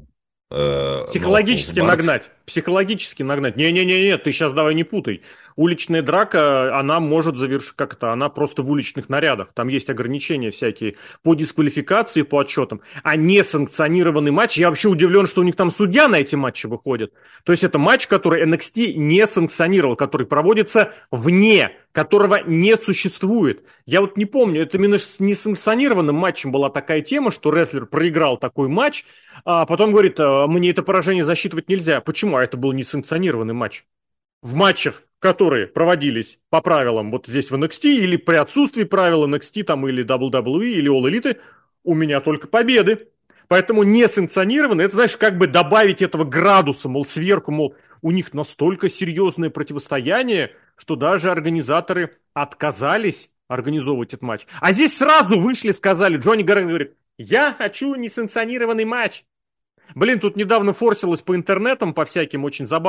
A: no holds
B: Психологически
A: barred.
B: нагнать. Психологически нагнать. Не-не-не, ты сейчас давай не путай. Уличная драка, она может завершить, как это, она просто в уличных нарядах. Там есть ограничения всякие по дисквалификации, по отчетам. А несанкционированный матч, я вообще удивлен, что у них там судья на эти матчи выходит. То есть это матч, который NXT не санкционировал, который проводится вне, которого не существует. Я вот не помню, это именно с несанкционированным матчем была такая тема, что рестлер проиграл такой матч, а потом говорит, мне это поражение засчитывать нельзя. Почему? А это был несанкционированный матч. В матчах, которые проводились по правилам вот здесь в NXT, или при отсутствии правил NXT, там, или WWE, или All Elite, у меня только победы. Поэтому несанкционированно, это, знаешь, как бы добавить этого градуса, мол, сверху, мол, у них настолько серьезное противостояние, что даже организаторы отказались организовывать этот матч. А здесь сразу вышли, сказали, Джонни Гаргано говорит, я хочу несанкционированный матч. Блин, тут недавно форсилось по интернетам, по всяким,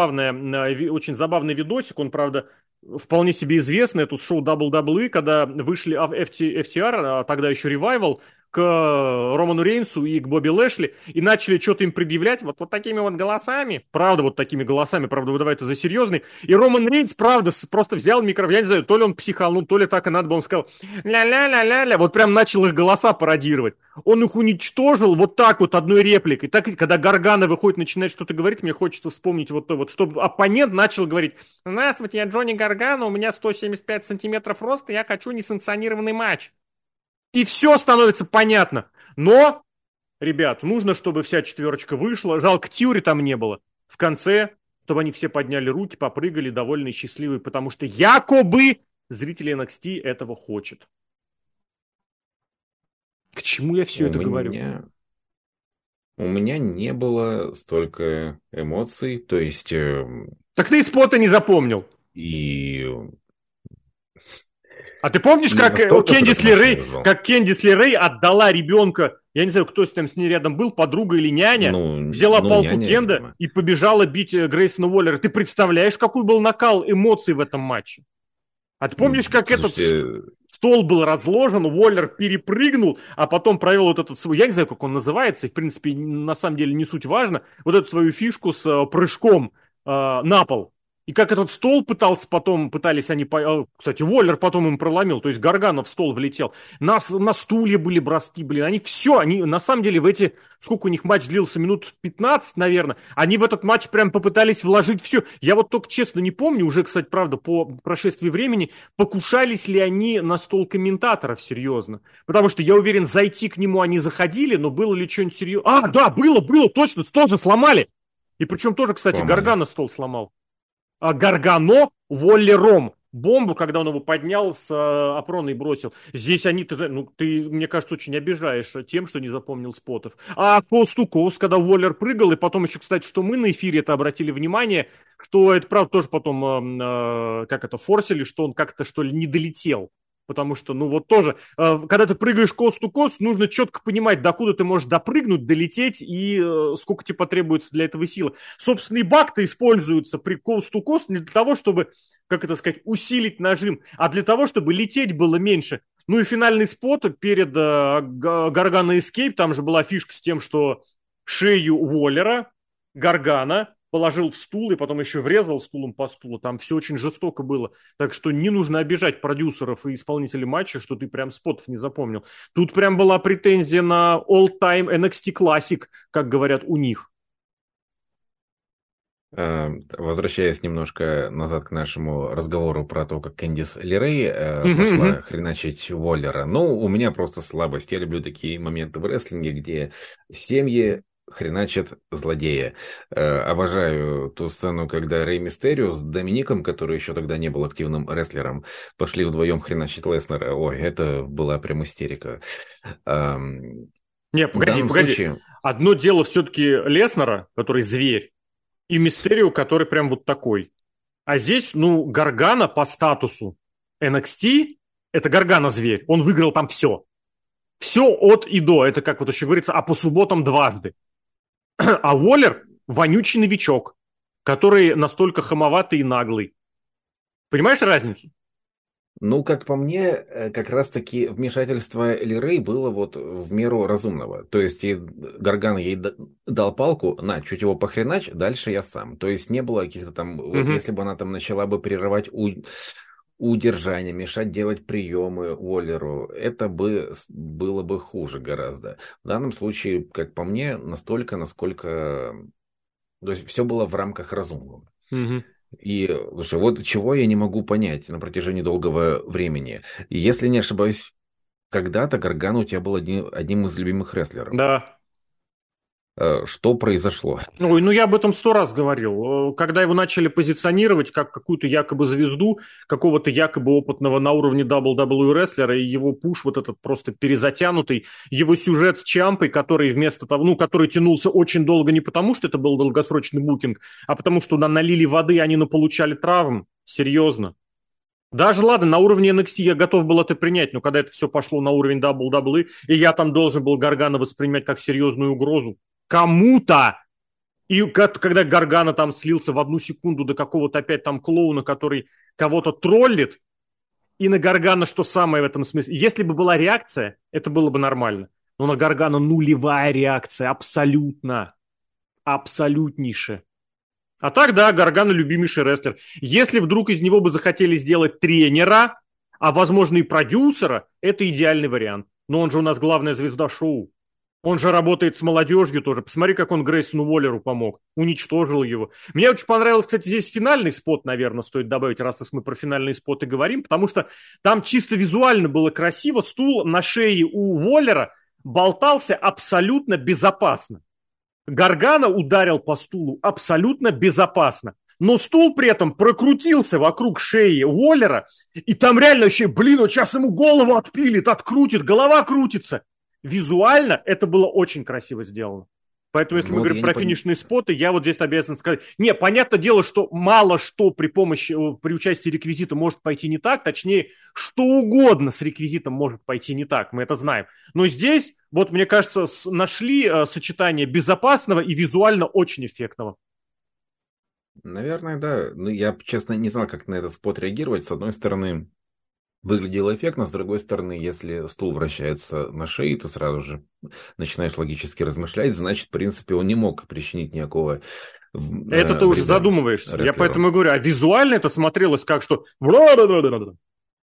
B: очень забавный видосик, он, правда, вполне себе известный, это шоу WWE, когда вышли FTR, тогда еще Revival, к Роману Рейнсу и к Бобби Лэшли, и начали что-то им предъявлять вот такими вот голосами, правда, вот такими голосами, правда, выдавая это за серьезный, и Роман Рейнс, правда, просто взял микрофон, я не знаю, то ли он психанул, то ли так и надо было, он сказал ля-ля-ля-ля-ля, вот прям начал их голоса пародировать. Он их уничтожил вот так вот одной репликой. Так, когда Гаргано выходит, начинает что-то говорить, мне хочется вспомнить вот то вот, чтобы оппонент начал говорить, здравствуйте, я Джонни Гаргано, у меня 175 сантиметров роста, я хочу несанкционированный матч. И все становится понятно. Но, ребят, нужно, чтобы вся четверочка вышла. Жалко, Тьюри там не было. В конце, чтобы они все подняли руки, попрыгали, довольные, счастливые, потому что якобы зрители NXT этого хочет. К чему я все
A: У
B: это говорю?
A: меня, у меня не было столько эмоций, то есть
B: Так ты и спота не запомнил.
A: и
B: А ты помнишь,
A: не
B: как
A: настолько, чтобы этот матч не вызвал.
B: Кэндис Ли Рэй отдала ребенка, я не знаю, кто с ней рядом был, подруга или няня, взяла
A: Ну,
B: палку
A: няня,
B: Кенда
A: видимо.
B: и побежала бить Грейсона Уоллера. Ты представляешь, какой был накал эмоций в этом матче? А ты помнишь, как этот
A: Слушайте,
B: стол был разложен, Уоллер перепрыгнул, а потом провел вот этот свой, я не знаю, как он называется, и в принципе на самом деле не суть важно, вот эту свою фишку с прыжком на пол. И как этот стол пытались они, кстати, Уоллер потом им проломил, то есть Гаргано в стол влетел. На стулья были броски, блин, они на самом деле сколько у них матч длился, минут 15, наверное, они в этот матч прям попытались вложить все. Я вот только честно не помню, уже, кстати, правда, по прошествии времени, покушались ли они на стол комментаторов серьезно. Потому что я уверен, зайти к нему они заходили, но было ли что-нибудь серьезно? А, да, было, точно, стол же сломали. И причем тоже, кстати,
A: сломали.
B: Гаргано стол сломал. Гаргано Уоллером. Бомбу, когда он его поднял с опрона и бросил. Здесь ты, мне кажется, очень обижаешь тем, что не запомнил спотов. А Кост, когда Уоллер прыгал, и потом еще, кстати, что мы на эфире это обратили внимание, что это, правда, тоже потом, форсили, что он как-то, что ли, не долетел. Потому что, ну вот тоже, когда ты прыгаешь кост-то-кост, нужно четко понимать, докуда ты можешь допрыгнуть, долететь и сколько тебе потребуется для этого силы. Собственно, и баг-то используется при кост-то-кост не для того, чтобы, как это сказать, усилить нажим, а для того, чтобы лететь было меньше. Ну и финальный спот перед Гаргана Escape, там же была фишка с тем, что шею Уоллера Гаргана положил в стул и потом еще врезал стулом по стулу. Там все очень жестоко было. Так что не нужно обижать продюсеров и исполнителей матча, что ты прям спотов не запомнил. Тут прям была претензия на all-time NXT Classic, как говорят у них.
A: Возвращаясь немножко назад к нашему разговору про то, как Кэндис Лерей пошла хреначить Уоллера. Ну, у меня просто слабость. Я люблю такие моменты в рестлинге, где семьи хреначат злодея. Обожаю ту сцену, когда Рей Мистерио с Домиником, который еще тогда не был активным рестлером, пошли вдвоем хреначить Леснера. Ой, это была прям истерика.
B: Не, погоди. Случае... Одно дело все-таки Леснера, который зверь, и Мистерио, который прям вот такой. А здесь, ну, Гаргана по статусу NXT, это Гаргана-зверь. Он выиграл там все. Все от и до. Это, как вот еще говорится, а по субботам дважды. А Уоллер вонючий новичок, который настолько хамоватый и наглый. Понимаешь разницу?
A: Ну, как по мне, как раз-таки вмешательство Лерей было вот в меру разумного. То есть Гарган ей дал палку, на, чуть его похренач, дальше я сам. То есть не было каких-то там, вот если бы она там начала бы прерывать удержание, мешать делать приемы Уоллеру, это было бы хуже гораздо. В данном случае, как по мне, настолько, насколько... То есть все было в рамках разумного. И, слушай, вот чего я не могу понять на протяжении долгого времени. Если не ошибаюсь, когда-то Гарган у тебя был одним из любимых рестлеров.
B: Да.
A: Что произошло?
B: Ой, ну я об этом 100 раз говорил. Когда его начали позиционировать как какую-то якобы звезду, какого-то якобы опытного на уровне WWE рестлера, и его пуш вот этот просто перезатянутый, его сюжет с Чампой, который вместо того, ну, который тянулся очень долго не потому, что это был долгосрочный букинг, а потому что налили воды, они наполучали травм. Серьезно. Даже, ладно, на уровне NXT я готов был это принять, но когда это все пошло на уровень WWE, и я там должен был Гаргана воспринимать как серьезную угрозу, кому-то. И когда Гаргана там слился в 1 секунду до какого-то опять там клоуна, который кого-то троллит, и на Гаргана что самое в этом смысле. Если бы была реакция, это было бы нормально. Но на Гаргана нулевая реакция, абсолютно. Абсолютнейшая. А так, да, Гаргана любимейший рестлер. Если вдруг из него бы захотели сделать тренера, а возможно и продюсера, это идеальный вариант. Но он же у нас главная звезда шоу. Он же работает с молодежью тоже. Посмотри, как он Грейсону Уоллеру помог. Уничтожил его. Мне очень понравился, кстати, здесь финальный спот, наверное, стоит добавить, раз уж мы про финальные споты говорим, потому что там чисто визуально было красиво. Стул на шее у Уоллера болтался абсолютно безопасно. Гаргана ударил по стулу абсолютно безопасно. Но стул при этом прокрутился вокруг шеи Уоллера, и там реально вообще, блин, вот сейчас ему голову отпилит, открутит, голова крутится. Визуально это было очень красиво сделано. Поэтому, если мы говорим про финишные споты, я вот здесь обязан сказать. Не, понятное дело, что мало что при участии реквизита может пойти не так. Точнее, что угодно с реквизитом может пойти не так. Мы это знаем. Но здесь, вот мне кажется, нашли сочетание безопасного и визуально очень эффектного.
A: Наверное, да. Ну, я, честно, не знал, как на этот спот реагировать. С одной стороны, выглядело эффектно, с другой стороны, если стул вращается на шее, ты сразу же начинаешь логически размышлять, значит, в принципе, он не мог причинить никакого
B: это ты уже задумываешься. Рестлеру. Я поэтому и говорю, а визуально это смотрелось как, что... В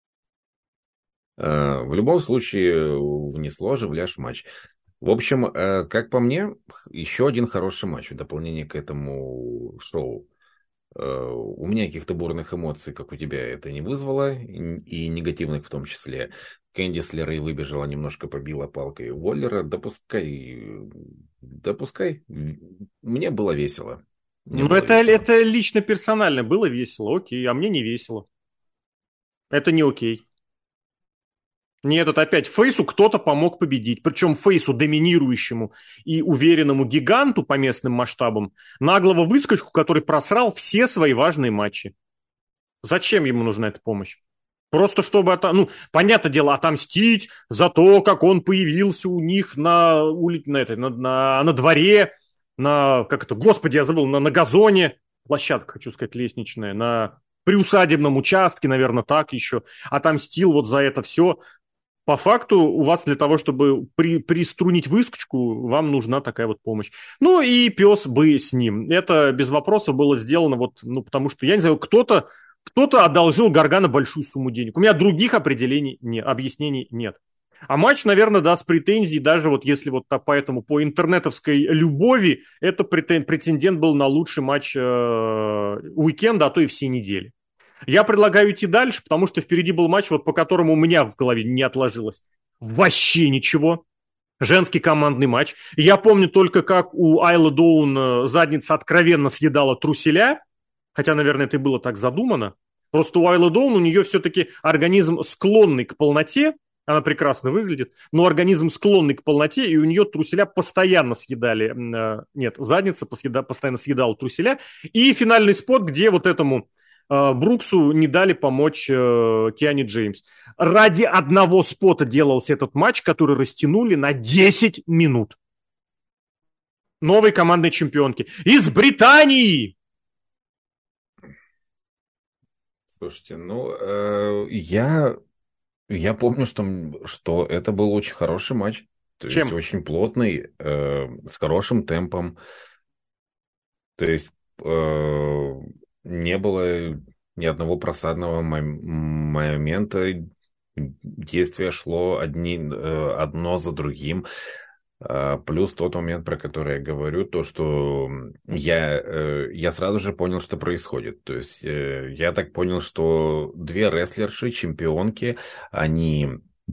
A: любом случае, внесло оживляешь матч. В общем, как по мне, еще один хороший матч в дополнение к этому шоу. У меня каких-то бурных эмоций, как у тебя, это не вызвало, и негативных в том числе. Кэндис Лерей выбежала, немножко побила палкой Уоллера. Допускай. Мне было весело.
B: Это лично персонально было весело, окей, а мне не весело. Это не окей. Нет, это опять Фейсу кто-то помог победить. Причем Фейсу доминирующему и уверенному гиганту по местным масштабам, наглого выскочку, который просрал все свои важные матчи. Зачем ему нужна эта помощь? Просто чтобы, понятное дело, отомстить за то, как он появился у них на улице, на дворе, господи, я забыл, на газоне, площадка, хочу сказать, лестничная, на приусадебном участке, наверное, так еще, отомстил вот за это все. По факту у вас для того, чтобы приструнить выскочку, вам нужна такая вот помощь. Ну и пес бы с ним. Это без вопроса было сделано потому что, я не знаю, кто-то одолжил Гаргана большую сумму денег. У меня других объяснений нет. А матч, наверное, даст претензии, даже вот если вот поэтому по интернетовской любови, это претендент был на лучший матч уикенда, а то и всей недели. Я предлагаю идти дальше, потому что впереди был матч, вот по которому у меня в голове не отложилось вообще ничего. Женский командный матч. Я помню только, как у Айлы Доун задница откровенно съедала труселя, хотя, наверное, это и было так задумано. Просто у Айлы Доун, у нее все-таки организм склонный к полноте, она прекрасно выглядит, но организм склонный к полноте, и у нее труселя постоянно съедали, задница постоянно съедала труселя. И финальный спот, где вот этому Бруксу не дали помочь Киане Джеймс. Ради одного спота делался этот матч, который растянули на 10 минут. Новой командной чемпионки. Из Британии!
A: Слушайте, я помню, что это был очень хороший матч. То есть очень плотный, с хорошим темпом. То есть не было ни одного просадного момента. Действие шло одно за другим. Плюс тот момент, про который я говорю, то, что я сразу же понял, что происходит. То есть я так понял, что две рестлерши, чемпионки, они...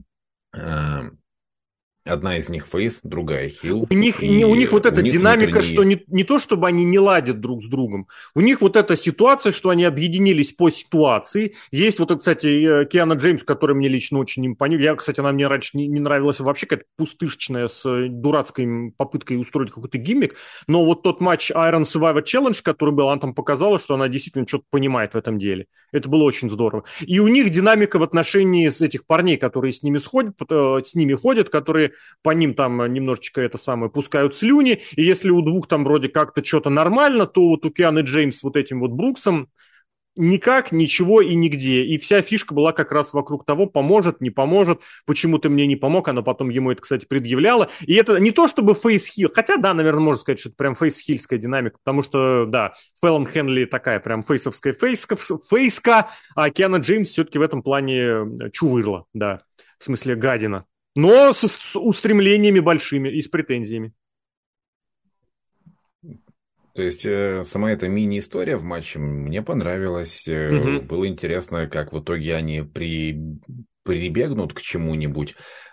A: Одна из них фейс, другая хил.
B: У них вот эта динамика, что не то, чтобы они не ладят друг с другом. У них вот эта ситуация, что они объединились по ситуации. Есть вот, кстати, Киана Джеймс, который мне лично очень импонирует. Кстати, она мне раньше не нравилась вообще, какая-то пустышечная с дурацкой попыткой устроить какой-то гиммик. Но вот тот матч Iron Survivor Challenge, который был, она там показала, что она действительно что-то понимает в этом деле. Это было очень здорово. И у них динамика в отношении с этих парней, которые с ними ходят, которые по ним там немножечко пускают слюни, и если у двух там вроде как-то что-то нормально, то вот у Кианы Джеймс с вот этим вот Бруксом никак, ничего и нигде. И вся фишка была как раз вокруг того, поможет, не поможет, почему ты мне не помог, она потом ему это, кстати, предъявляла. И это не то чтобы фейс-хил, хотя, да, наверное, можно сказать, что это прям фейс-хильская динамика, потому что, да, Фэллон Хенли такая прям фейсовская фейска, а Киана Джеймс все-таки в этом плане чувырла, да, в смысле гадина. Но с устремлениями большими и с претензиями.
A: То есть сама эта мини-история в матче мне понравилась. Было интересно, как в итоге они прибегнут к чему-нибудь,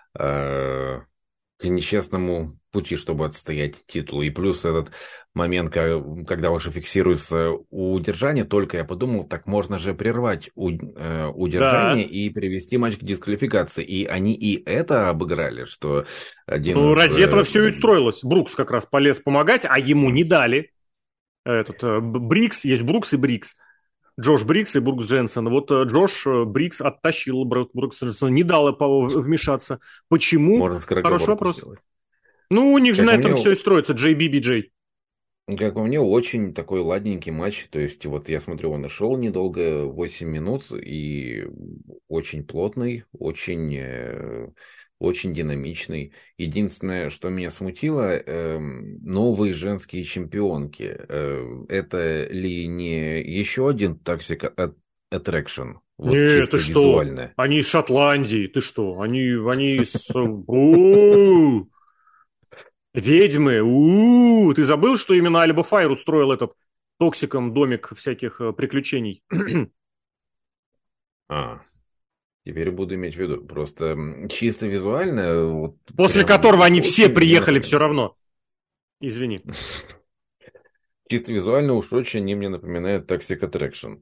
A: к нечестному пути, чтобы отстоять титул. И плюс этот момент, когда уже фиксируется удержание, только я подумал, так можно же прервать удержание и привести матч к дисквалификации. И они и это обыграли, что
B: ради этого все и устроилось. Брукс как раз полез помогать, а ему не дали. Брикс, есть Брукс и Брикс. Джош Брикс и Брукс Дженсен. Вот Джош Брикс оттащил Брукс Дженсена, не дал вмешаться. Почему?
A: Можно
B: хороший вопрос. Сделать. Ну, у них же на этом все и строится, JBBJ.
A: Как по мне, очень такой ладненький матч. То есть, вот я смотрю, он и шел недолго, 8 минут, и очень плотный, очень динамичный. Единственное, что меня смутило, новые женские чемпионки. Это ли не еще один Toxic Attraction?
B: Вот нет, ты что? Визуально. Они из Шотландии, ты что? Они из... Ведьмы, ты забыл, что именно Альба Файр устроил этот токсиком домик всяких приключений?
A: Теперь буду иметь в виду. Просто чисто визуально... Вот,
B: после которого они все приехали все равно. Извини.
A: Чисто визуально уж очень они мне напоминают Toxic Attraction.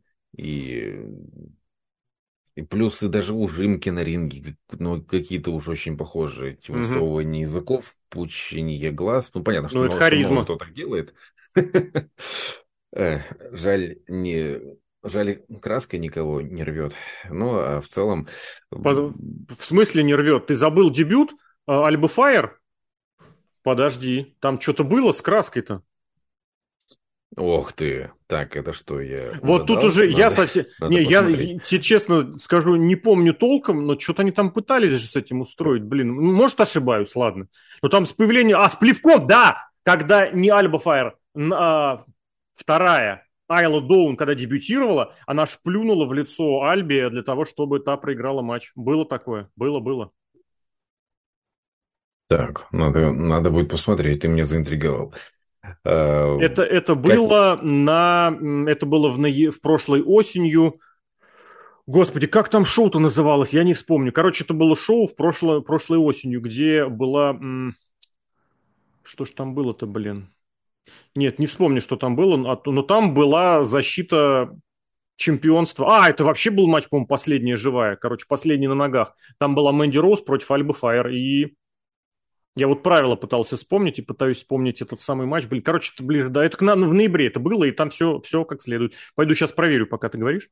A: И плюсы даже ужимки на ринге, какие-то уж очень похожие. Высовывание языков, пучение глаз. Понятно, что
B: харизма.
A: Кто так делает. Жаль, не жаль, краска никого не рвет. Ну, а в целом...
B: В смысле не рвет? Ты забыл дебют Альбы Фаер? Подожди, там что-то было с краской-то.
A: Ох ты! Так, это что, я
B: Вот тут
A: угадал?
B: уже я
A: Надо,
B: совсем...
A: надо
B: Не, я
A: посмотреть.
B: тебе честно скажу, не помню толком, но что-то они там пытались же с этим устроить. Блин, ну, может, ошибаюсь, ладно. Но там с появлением... А, с плевком, да! Когда не Альба Фаер, вторая, Айла Доун, когда дебютировала, она шплюнула в лицо Альбе для того, чтобы та проиграла матч. Было такое? Было.
A: Так, надо будет посмотреть, ты меня заинтриговал. А,
B: Это
A: как...
B: было Это было в прошлой осенью. Господи, как там шоу-то называлось? Я не вспомню. Короче, это было шоу прошлой осенью, где была... Что ж там было-то, блин? Нет, не вспомню, что там было, но там была защита чемпионства. А, это вообще был матч, по-моему, последняя живая. Короче, последний на ногах. Там была Мэнди Роуз против Альбы Файер. И я вот правила пытался вспомнить и пытаюсь вспомнить этот самый матч. Блин, короче, это ближе, да, это в ноябре это было, и там все как следует. Пойду сейчас проверю, пока ты говоришь.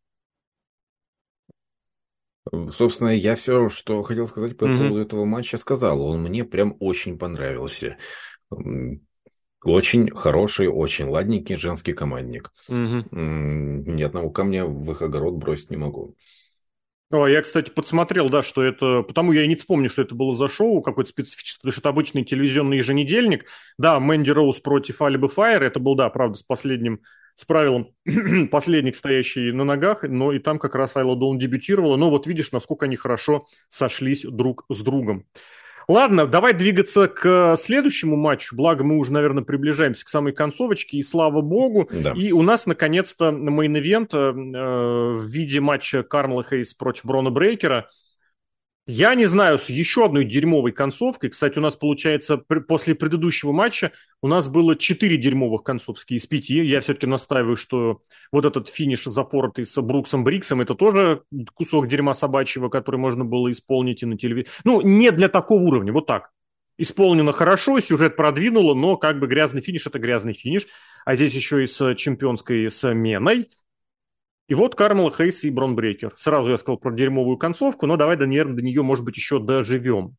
A: Собственно, я все, что хотел сказать по
B: Угу,
A: поводу этого матча, сказал. Он мне прям очень понравился. М, Очень хороший, очень ладненький женский командник.
B: угу.
A: Ни одного камня в их огород бросить не могу.
B: О, я, кстати, подсмотрел, да, что это... Потому я и не вспомню, что это было за шоу, какое-то специфическое, потому что это обычный телевизионный еженедельник. Да, Мэнди Роуз против Алибы Файер, это был, да, правда, с правилом последних стоящий на ногах, но и там как раз Айла Доун дебютировала. Но вот видишь, насколько они хорошо сошлись друг с другом. Ладно, давай двигаться к следующему матчу. Благо, мы уже, наверное, приближаемся к самой концовочке, и слава богу.
A: Да.
B: И у нас, наконец-то, мейн-ивент в виде матча Кармела Хейс против Брона Брейкера. Я не знаю, с еще одной дерьмовой концовкой. Кстати, у нас, получается, после предыдущего матча у нас было 4 дерьмовых концовки из 5. Я все-таки настаиваю, что вот этот финиш, запоротый с Бруксом Бриксом, это тоже кусок дерьма собачьего, который можно было исполнить и на телевизоре. Ну, не для такого уровня, вот так. Исполнено хорошо, сюжет продвинуло, но как бы грязный финиш – это грязный финиш. А здесь еще и с чемпионской сменой. И вот Кармела Хейс и Брон Брейкер. Сразу я сказал про дерьмовую концовку, но давай, наверное, до нее, может быть, еще доживем.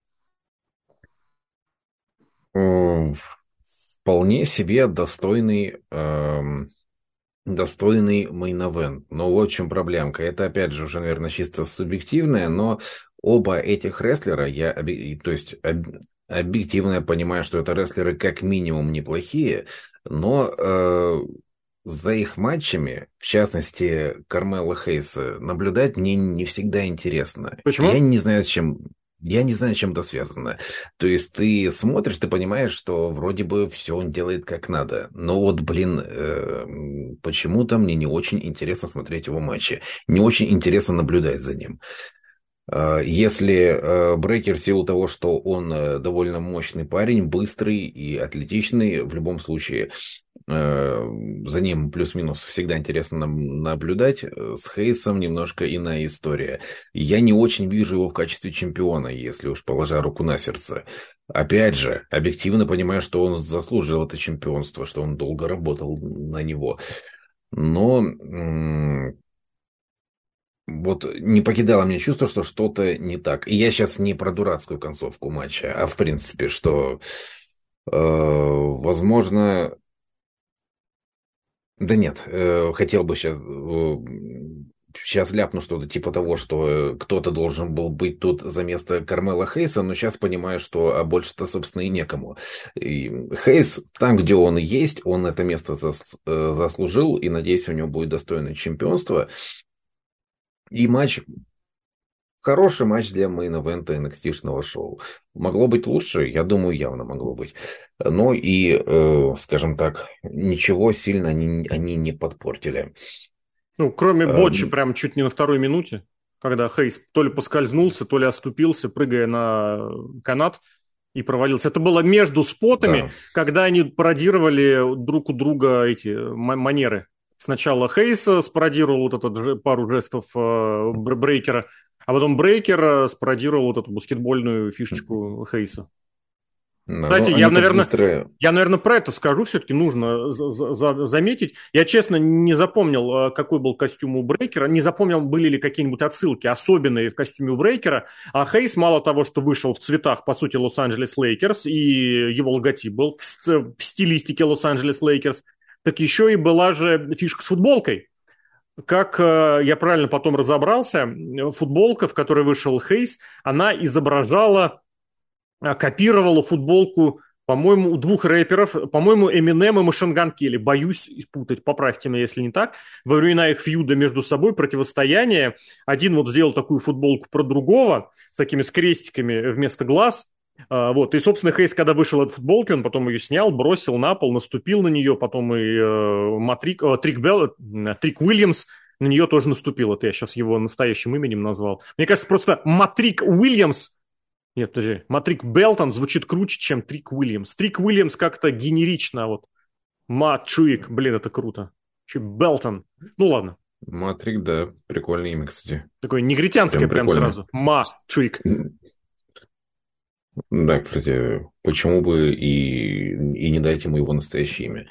A: Э, Вполне себе достойный мейн-эвент. Но вот в чем проблемка. Это, опять же, уже, наверное, чисто субъективное, но оба этих рестлера, то есть объективно я понимаю, что это рестлеры как минимум неплохие, но за их матчами, в частности, Кармела Хейса, наблюдать мне не всегда интересно. Я
B: Почему?
A: не знаю, с чем... Я не знаю, с чем это связано. То есть ты смотришь, ты понимаешь, что вроде бы все он делает как надо. Но вот, блин, почему-то мне не очень интересно смотреть его матчи. Не очень интересно наблюдать за ним. Если Брейкер в силу того, что он довольно мощный парень, быстрый и атлетичный, в любом случае за ним плюс-минус всегда интересно наблюдать. С Хейсом немножко иная история. Я не очень вижу его в качестве чемпиона, если уж положа руку на сердце. Опять же, объективно понимаю, что он заслужил это чемпионство, что он долго работал на него. Но вот не покидало мне чувство, что что-то не так. И я сейчас не про дурацкую концовку матча, а в принципе, что, возможно... Да нет, хотел бы сейчас ляпну что-то типа того, что кто-то должен был быть тут за место Кармела Хейса, но сейчас понимаю, что больше-то, собственно, и некому. И Хейс, там, где он есть, он это место заслужил, и, надеюсь, у него будет достойное чемпионство. И матч, хороший матч для мейн-эвента NXT-шного шоу. Могло быть лучше? Я думаю, явно могло быть. Но и, скажем так, ничего сильно они не подпортили.
B: Ну, кроме
A: Э,
B: ботчи прям чуть не на второй минуте, когда Хейс то ли поскользнулся, то ли оступился, прыгая на канат и провалился. Это было между спотами,
A: Да.
B: когда они пародировали друг у друга эти манеры. Сначала Хейса спародировал вот этот пару жестов Брейкера, а потом Брейкер спародировал вот эту баскетбольную фишечку Хейса.
A: Да,
B: Кстати,
A: ну, они так быстро...
B: я, наверное, про это скажу, все-таки нужно заметить. Я, честно, не запомнил, какой был костюм у Брейкера, не запомнил, были ли какие-нибудь отсылки особенные в костюме у Брейкера. А Хейс, мало того, что вышел в цветах, по сути, Лос-Анджелес Лейкерс, и его логотип был в стилистике Лос-Анджелес Лейкерс, так еще и была же фишка с футболкой. Как я правильно потом разобрался, футболка, в которой вышел Хейс, она изображала, копировала футболку, по-моему, у двух рэперов, по-моему, Эминем и Машин Ган Келли. Боюсь испутать, поправьте меня, если не так. Во времена их фьюда между собой, противостояния, один вот сделал такую футболку про другого, с такими с крестиками вместо глаз. Вот. И, собственно, Хейс, когда вышел от футболки, он потом ее снял, бросил на пол, наступил на нее, потом и Трик Уильямс на нее тоже наступил. Это я сейчас его настоящим именем назвал. Мне кажется, просто Матрик Уильямс. Нет, подожди. Матрик Белтон звучит круче, чем Трик Уильямс. Трик Уильямс как-то генерично, вот. Матрик, блин, это круто. Еще Белтон. Ну ладно.
A: Матрик, да, прикольное имя, кстати.
B: Такое негритянское прям
A: прикольно.
B: сразу. Матрик.
A: Да, кстати, почему бы и не дать ему его настоящее имя.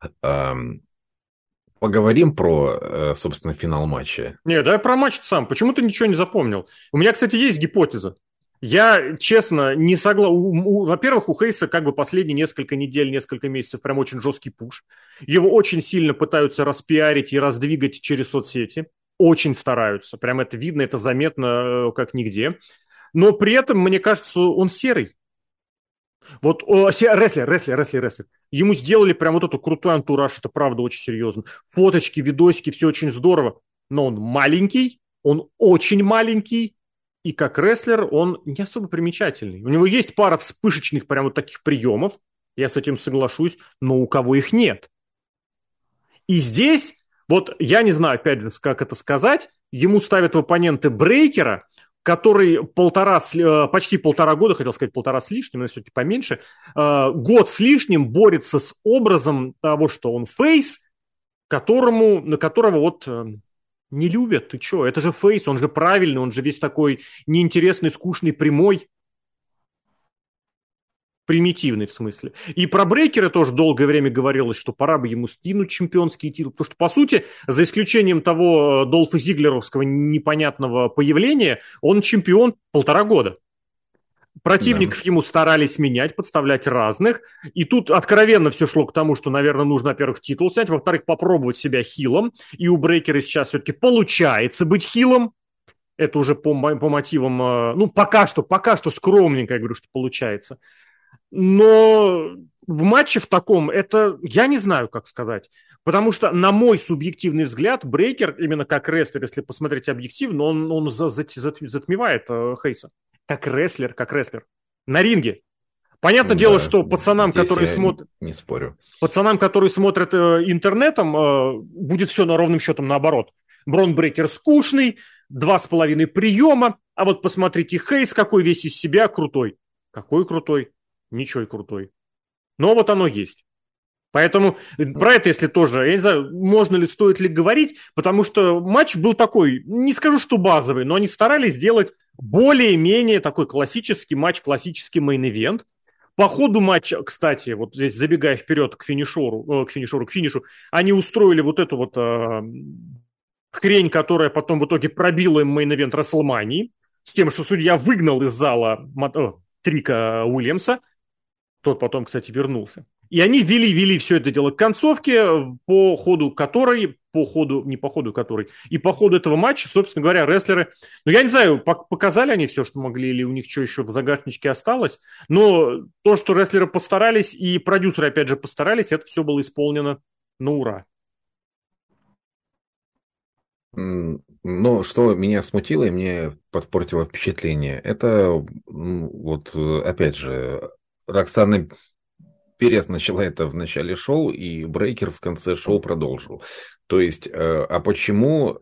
A: Поговорим про, собственно, финал матча.
B: Не, давай про матч сам. Почему ты ничего не запомнил? У меня, кстати, есть гипотеза. Я, честно, не согласен. Во-первых, у Хейса как бы последние несколько недель, несколько месяцев прям очень жесткий пуш. Его очень сильно пытаются распиарить и раздвигать через соцсети. Очень стараются. Прям это видно, это заметно как нигде. Но при этом, мне кажется, он серый. Вот рестлер. Ему сделали прям вот эту крутую антураж, это правда очень серьезно. Фоточки, видосики, все очень здорово. Но он маленький, он очень маленький, и как рестлер он не особо примечательный. У него есть пара вспышечных прям вот таких приемов, я с этим соглашусь, но у кого их нет. И здесь, вот я не знаю, опять же, как это сказать, ему ставят в оппоненты Брейкера, который почти полтора года, хотел сказать полтора с лишним, но все-таки поменьше, год с лишним борется с образом того, что он фейс, на которого вот не любят. Ты что? Это же фейс, он же правильный, он же весь такой неинтересный, скучный, прямой. Примитивный в смысле. И про Брейкера тоже долгое время говорилось, что пора бы ему скинуть чемпионский титул, потому что, по сути, за исключением того Долфа Зиглеровского непонятного появления, он чемпион полтора года. Противников
A: Да.
B: ему старались менять, подставлять разных. И тут откровенно все шло к тому, что, наверное, нужно, во-первых, титул снять, во-вторых, попробовать себя хилом. И у Брейкера сейчас все-таки получается быть хилом. Это уже по мотивам, ну, пока что скромненько, я говорю, что получается. Но в матче в таком, это я не знаю, как сказать. Потому что, на мой субъективный взгляд, Брейкер, именно как рестлер, если посмотреть объективно, он затмевает Хейса. Как рестлер. На ринге. Понятное дело,
A: Да,
B: что пацанам,
A: здесь
B: которые
A: я
B: смотрят...
A: не спорю.
B: Пацанам, которые смотрят интернетом, будет все на ровным счетом наоборот. Брон Брейкер скучный, 2,5 приема, а вот посмотрите, Хейс какой весь из себя крутой. Какой крутой? Ничего и крутой. Но вот оно есть. Поэтому про это, если тоже, я не знаю, можно ли, стоит ли говорить, потому что матч был такой, не скажу, что базовый, но они старались сделать более-менее такой классический матч, классический мейн-ивент. По ходу матча, кстати, вот здесь забегая вперед к финишу, они устроили вот эту вот хрень, которая потом в итоге пробила им мейн-ивент Расселмании, с тем, что судья выгнал из зала Трика Уильямса. Тот потом, кстати, вернулся. И они вели все это дело к концовке, и по ходу этого матча, собственно говоря, рестлеры, ну, я не знаю, показали они все, что могли, или у них что еще в загашничке осталось, но то, что рестлеры постарались, и продюсеры, опять же, постарались, это все было исполнено на ура.
A: Но что меня смутило и мне подпортило впечатление, это вот опять же Роксана Перес начала это в начале шоу, и Брейкер в конце шоу продолжил. То есть, почему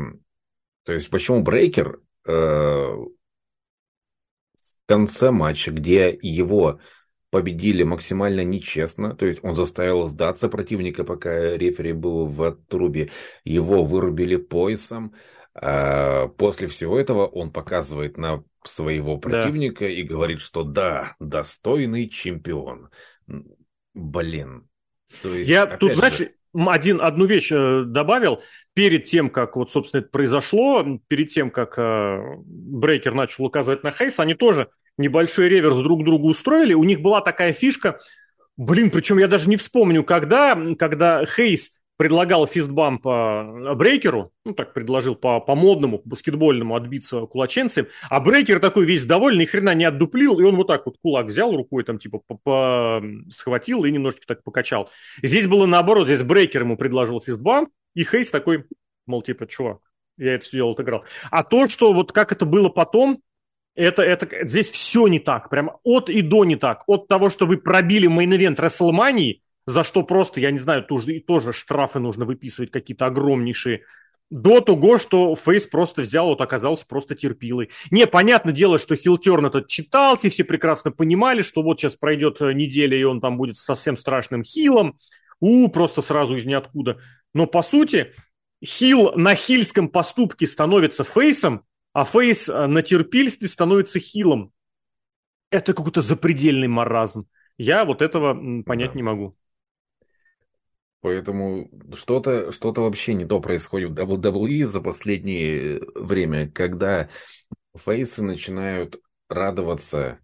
A: Брейкер в конце матча, где его победили максимально нечестно, то есть он заставил сдаться противника, пока рефери был в отрубе, его вырубили поясом, После всего этого он показывает на своего
B: Да.
A: противника и говорит, что да, достойный чемпион. Блин. То есть,
B: Я тут,
A: опять
B: знаешь,
A: же,
B: одну вещь добавил. Перед тем, как вот, собственно, это произошло, перед тем, как Брейкер начал указывать на Хейса, они тоже небольшой реверс друг другу устроили. У них была такая фишка. Блин, причем я даже не вспомню, когда Хейс предлагал фистбамп Брейкеру, ну так предложил по модному, по баскетбольному отбиться кулаченцем, а Брейкер такой весь довольный, ни хрена не отдуплил, и он вот так вот кулак взял рукой, там типа схватил и немножечко так покачал. Здесь было наоборот, здесь Брейкер ему предложил фистбамп, и Хейс такой, мол, типа, чувак, я это все делал, отыграл. А то, что вот как это было потом, здесь все не так, прям от и до не так. От того, что вы пробили мейн-ивент WrestleMania, за что просто, я не знаю, тоже штрафы нужно выписывать какие-то огромнейшие, до того, что Фейс просто взял, вот оказался просто терпилой. Не, понятное дело, что хилтерн этот читался, все прекрасно понимали, что вот сейчас пройдет неделя, и он там будет совсем страшным хилом. Просто сразу из ниоткуда. Но по сути, хил на хильском поступке становится фейсом, а фейс на терпильстве становится хилом. Это какой-то запредельный маразм. Я вот этого понять
A: да.
B: не могу.
A: Поэтому что-то вообще не то происходит в WWE за последнее время, когда фейсы начинают радоваться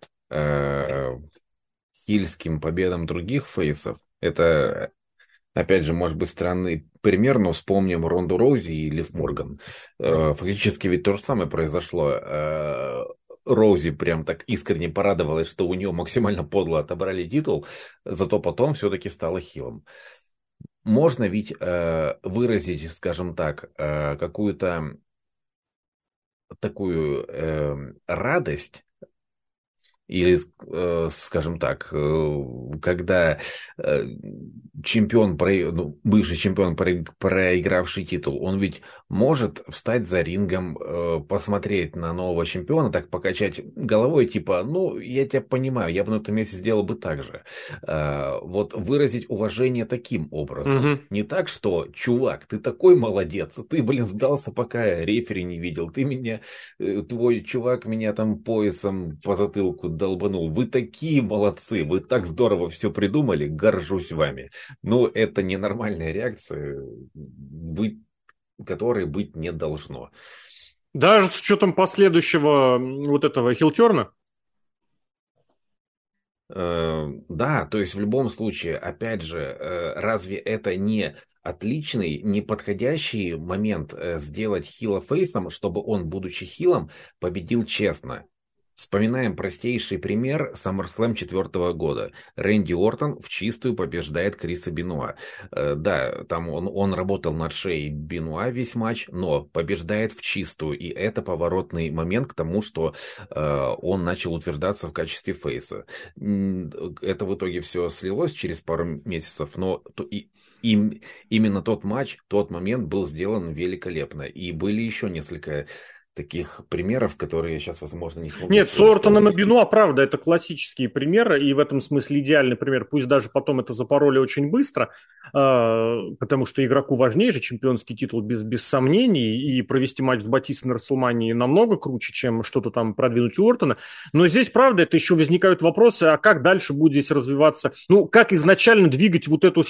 A: хильским победам других фейсов. Это, опять же, может быть странный пример, но вспомним Ронду Роузи и Лив Морган. Фактически ведь то же самое произошло. Роузи прям так искренне порадовалась, что у нее максимально подло отобрали титул, зато потом все-таки стала хилом. Можно ведь выразить, скажем так, какую-то такую радость, или, скажем так, когда чемпион, бывший чемпион, проигравший титул, он ведь может встать за рингом, посмотреть на нового чемпиона, так покачать головой, типа, ну, я тебя понимаю, я бы на этом месте сделал бы так же. Вот выразить уважение таким образом.
B: Угу.
A: Не так, что, чувак, ты такой молодец, ты, блин, сдался, пока рефери не видел, твой чувак меня там поясом по затылку долбанул. Вы такие молодцы, вы так здорово все придумали, горжусь вами. Но это ненормальная реакция, которой быть не должно.
B: Даже с учетом последующего вот этого хилтерна.
A: Да, то есть в любом случае, опять же, разве это не отличный, не подходящий момент сделать хила фейсом, чтобы он, будучи хилом, победил честно? Вспоминаем простейший пример SummerSlam 4 года. Рэнди Ортон в чистую побеждает Криса Бенуа. Да, там он работал над шеей Бенуа весь матч, но побеждает в чистую. И это поворотный момент к тому, что он начал утверждаться в качестве фейса. Это в итоге все слилось через пару месяцев, но именно тот матч, тот момент был сделан великолепно. И были еще несколько таких примеров, которые я сейчас, возможно, не смогу
B: Нет, с
A: все
B: Ортоном и
A: вспомнить.
B: Бенуа, правда, это классические примеры, и в этом смысле идеальный пример. Пусть даже потом это запороли очень быстро, потому что игроку важнее же чемпионский титул без сомнений, и провести матч с Батистом на Расселмании намного круче, чем что-то там продвинуть у Ортона. Но здесь, правда, это еще возникают вопросы, а как дальше будет здесь развиваться? Ну, как изначально двигать вот эту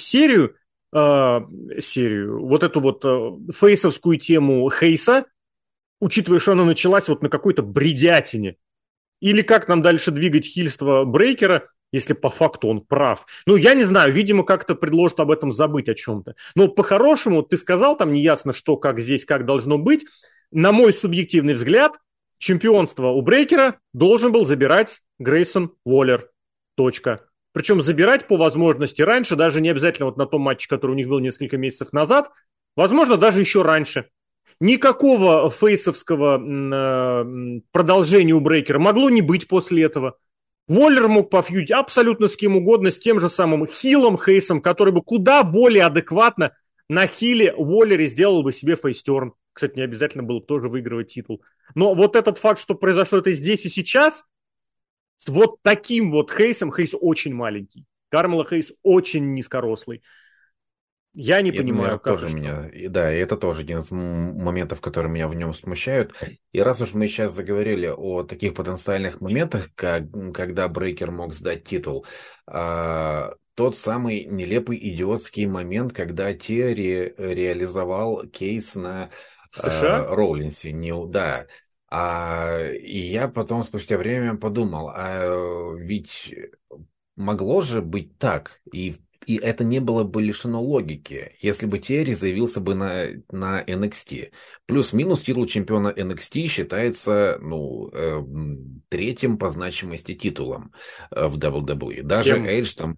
B: серию, вот эту вот фейсовскую тему Хейса, учитывая, что она началась вот на какой-то бредятине. Или как нам дальше двигать хильство Брейкера, если по факту он прав. Ну, я не знаю, видимо, как-то предложат об этом забыть о чем-то. Но по-хорошему, ты сказал, там неясно, что, как здесь, как должно быть. На мой субъективный взгляд, чемпионство у Брейкера должен был забирать Грейсон Уоллер. Точка. Причем забирать по возможности раньше, даже не обязательно вот на том матче, который у них был несколько месяцев назад, возможно, даже еще раньше. Никакого фейсовского продолжения у Брейкера могло не быть после этого. Уоллер мог пофьюдить абсолютно с кем угодно, с тем же самым Хиллом Хейсом, который бы куда более адекватно на Хилле Уоллере сделал бы себе фейстерн. Кстати, не обязательно было тоже выигрывать титул. Но вот этот факт, что произошло это здесь и сейчас, с вот таким вот Хейсом, Хейс очень маленький. Кармела Хейс очень низкорослый. Я не
A: И это, наверное,
B: понимаю, как и
A: тоже
B: что.
A: меня, и да, и это тоже один из моментов, которые меня в нем смущают. И раз уж мы сейчас заговорили о таких потенциальных моментах, как когда Брейкер мог сдать титул, тот самый нелепый идиотский момент, когда Терри реализовал кейс на
B: В США?
A: Роулинсе, да. И я потом спустя время подумал, ведь могло же быть так, и это не было бы лишено логики, если бы Терри заявился бы на NXT. Плюс-минус титул чемпиона NXT считается, ну, третьим по значимости титулом в WWE. Даже
B: Кем?
A: Эйдж там,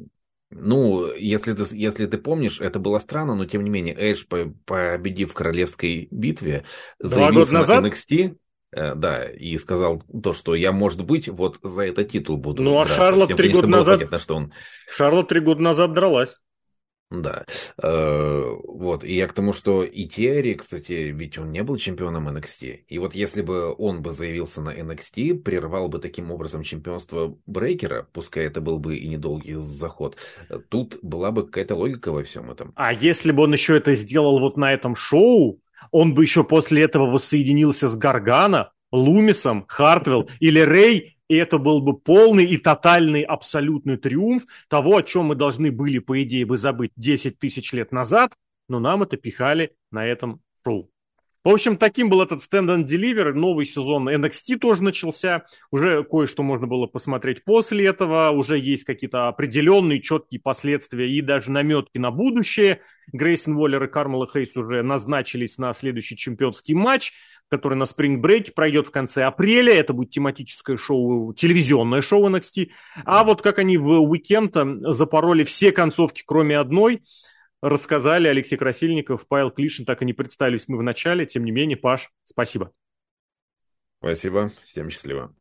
A: ну, если ты помнишь, это было странно, но тем не менее, Эйдж, победив в королевской битве,
B: 2 года
A: заявился на
B: назад?
A: NXT. Да, и сказал то, что я, может быть, вот за этот титул буду
B: Ну, а
A: драться.
B: Шарлотт
A: Всем,
B: три
A: конечно,
B: года
A: было
B: назад...
A: понятно, что он...
B: Шарлотт 3 года назад дралась.
A: Да. Вот. И я к тому, что и Терри, кстати, ведь он не был чемпионом NXT. И вот если бы он бы заявился на NXT, прервал бы таким образом чемпионство Брейкера, пускай это был бы и недолгий заход, тут была бы какая-то логика во всем этом.
B: А если бы он еще это сделал вот на этом шоу, он бы еще после этого воссоединился с Гаргано, Лумисом, Хартвелл или Рэй, и это был бы полный и тотальный абсолютный триумф того, о чем мы должны были, по идее, бы забыть 10 тысяч лет назад, но нам это пихали на этом шоу. В общем, таким был этот Stand and Deliver. Новый сезон NXT тоже начался. Уже кое-что можно было посмотреть после этого. Уже есть какие-то определенные четкие последствия и даже наметки на будущее. Грейсон Уоллер и Кармела Хейс уже назначились на следующий чемпионский матч, который на Spring Break пройдет в конце апреля. Это будет тематическое шоу, телевизионное шоу NXT. А вот как они в уикенд запороли все концовки, кроме одной, рассказали Алексей Красильников, Павел Клишин, так и не представились мы в начале. Тем не менее, Паш, спасибо.
A: Спасибо. Всем счастливо.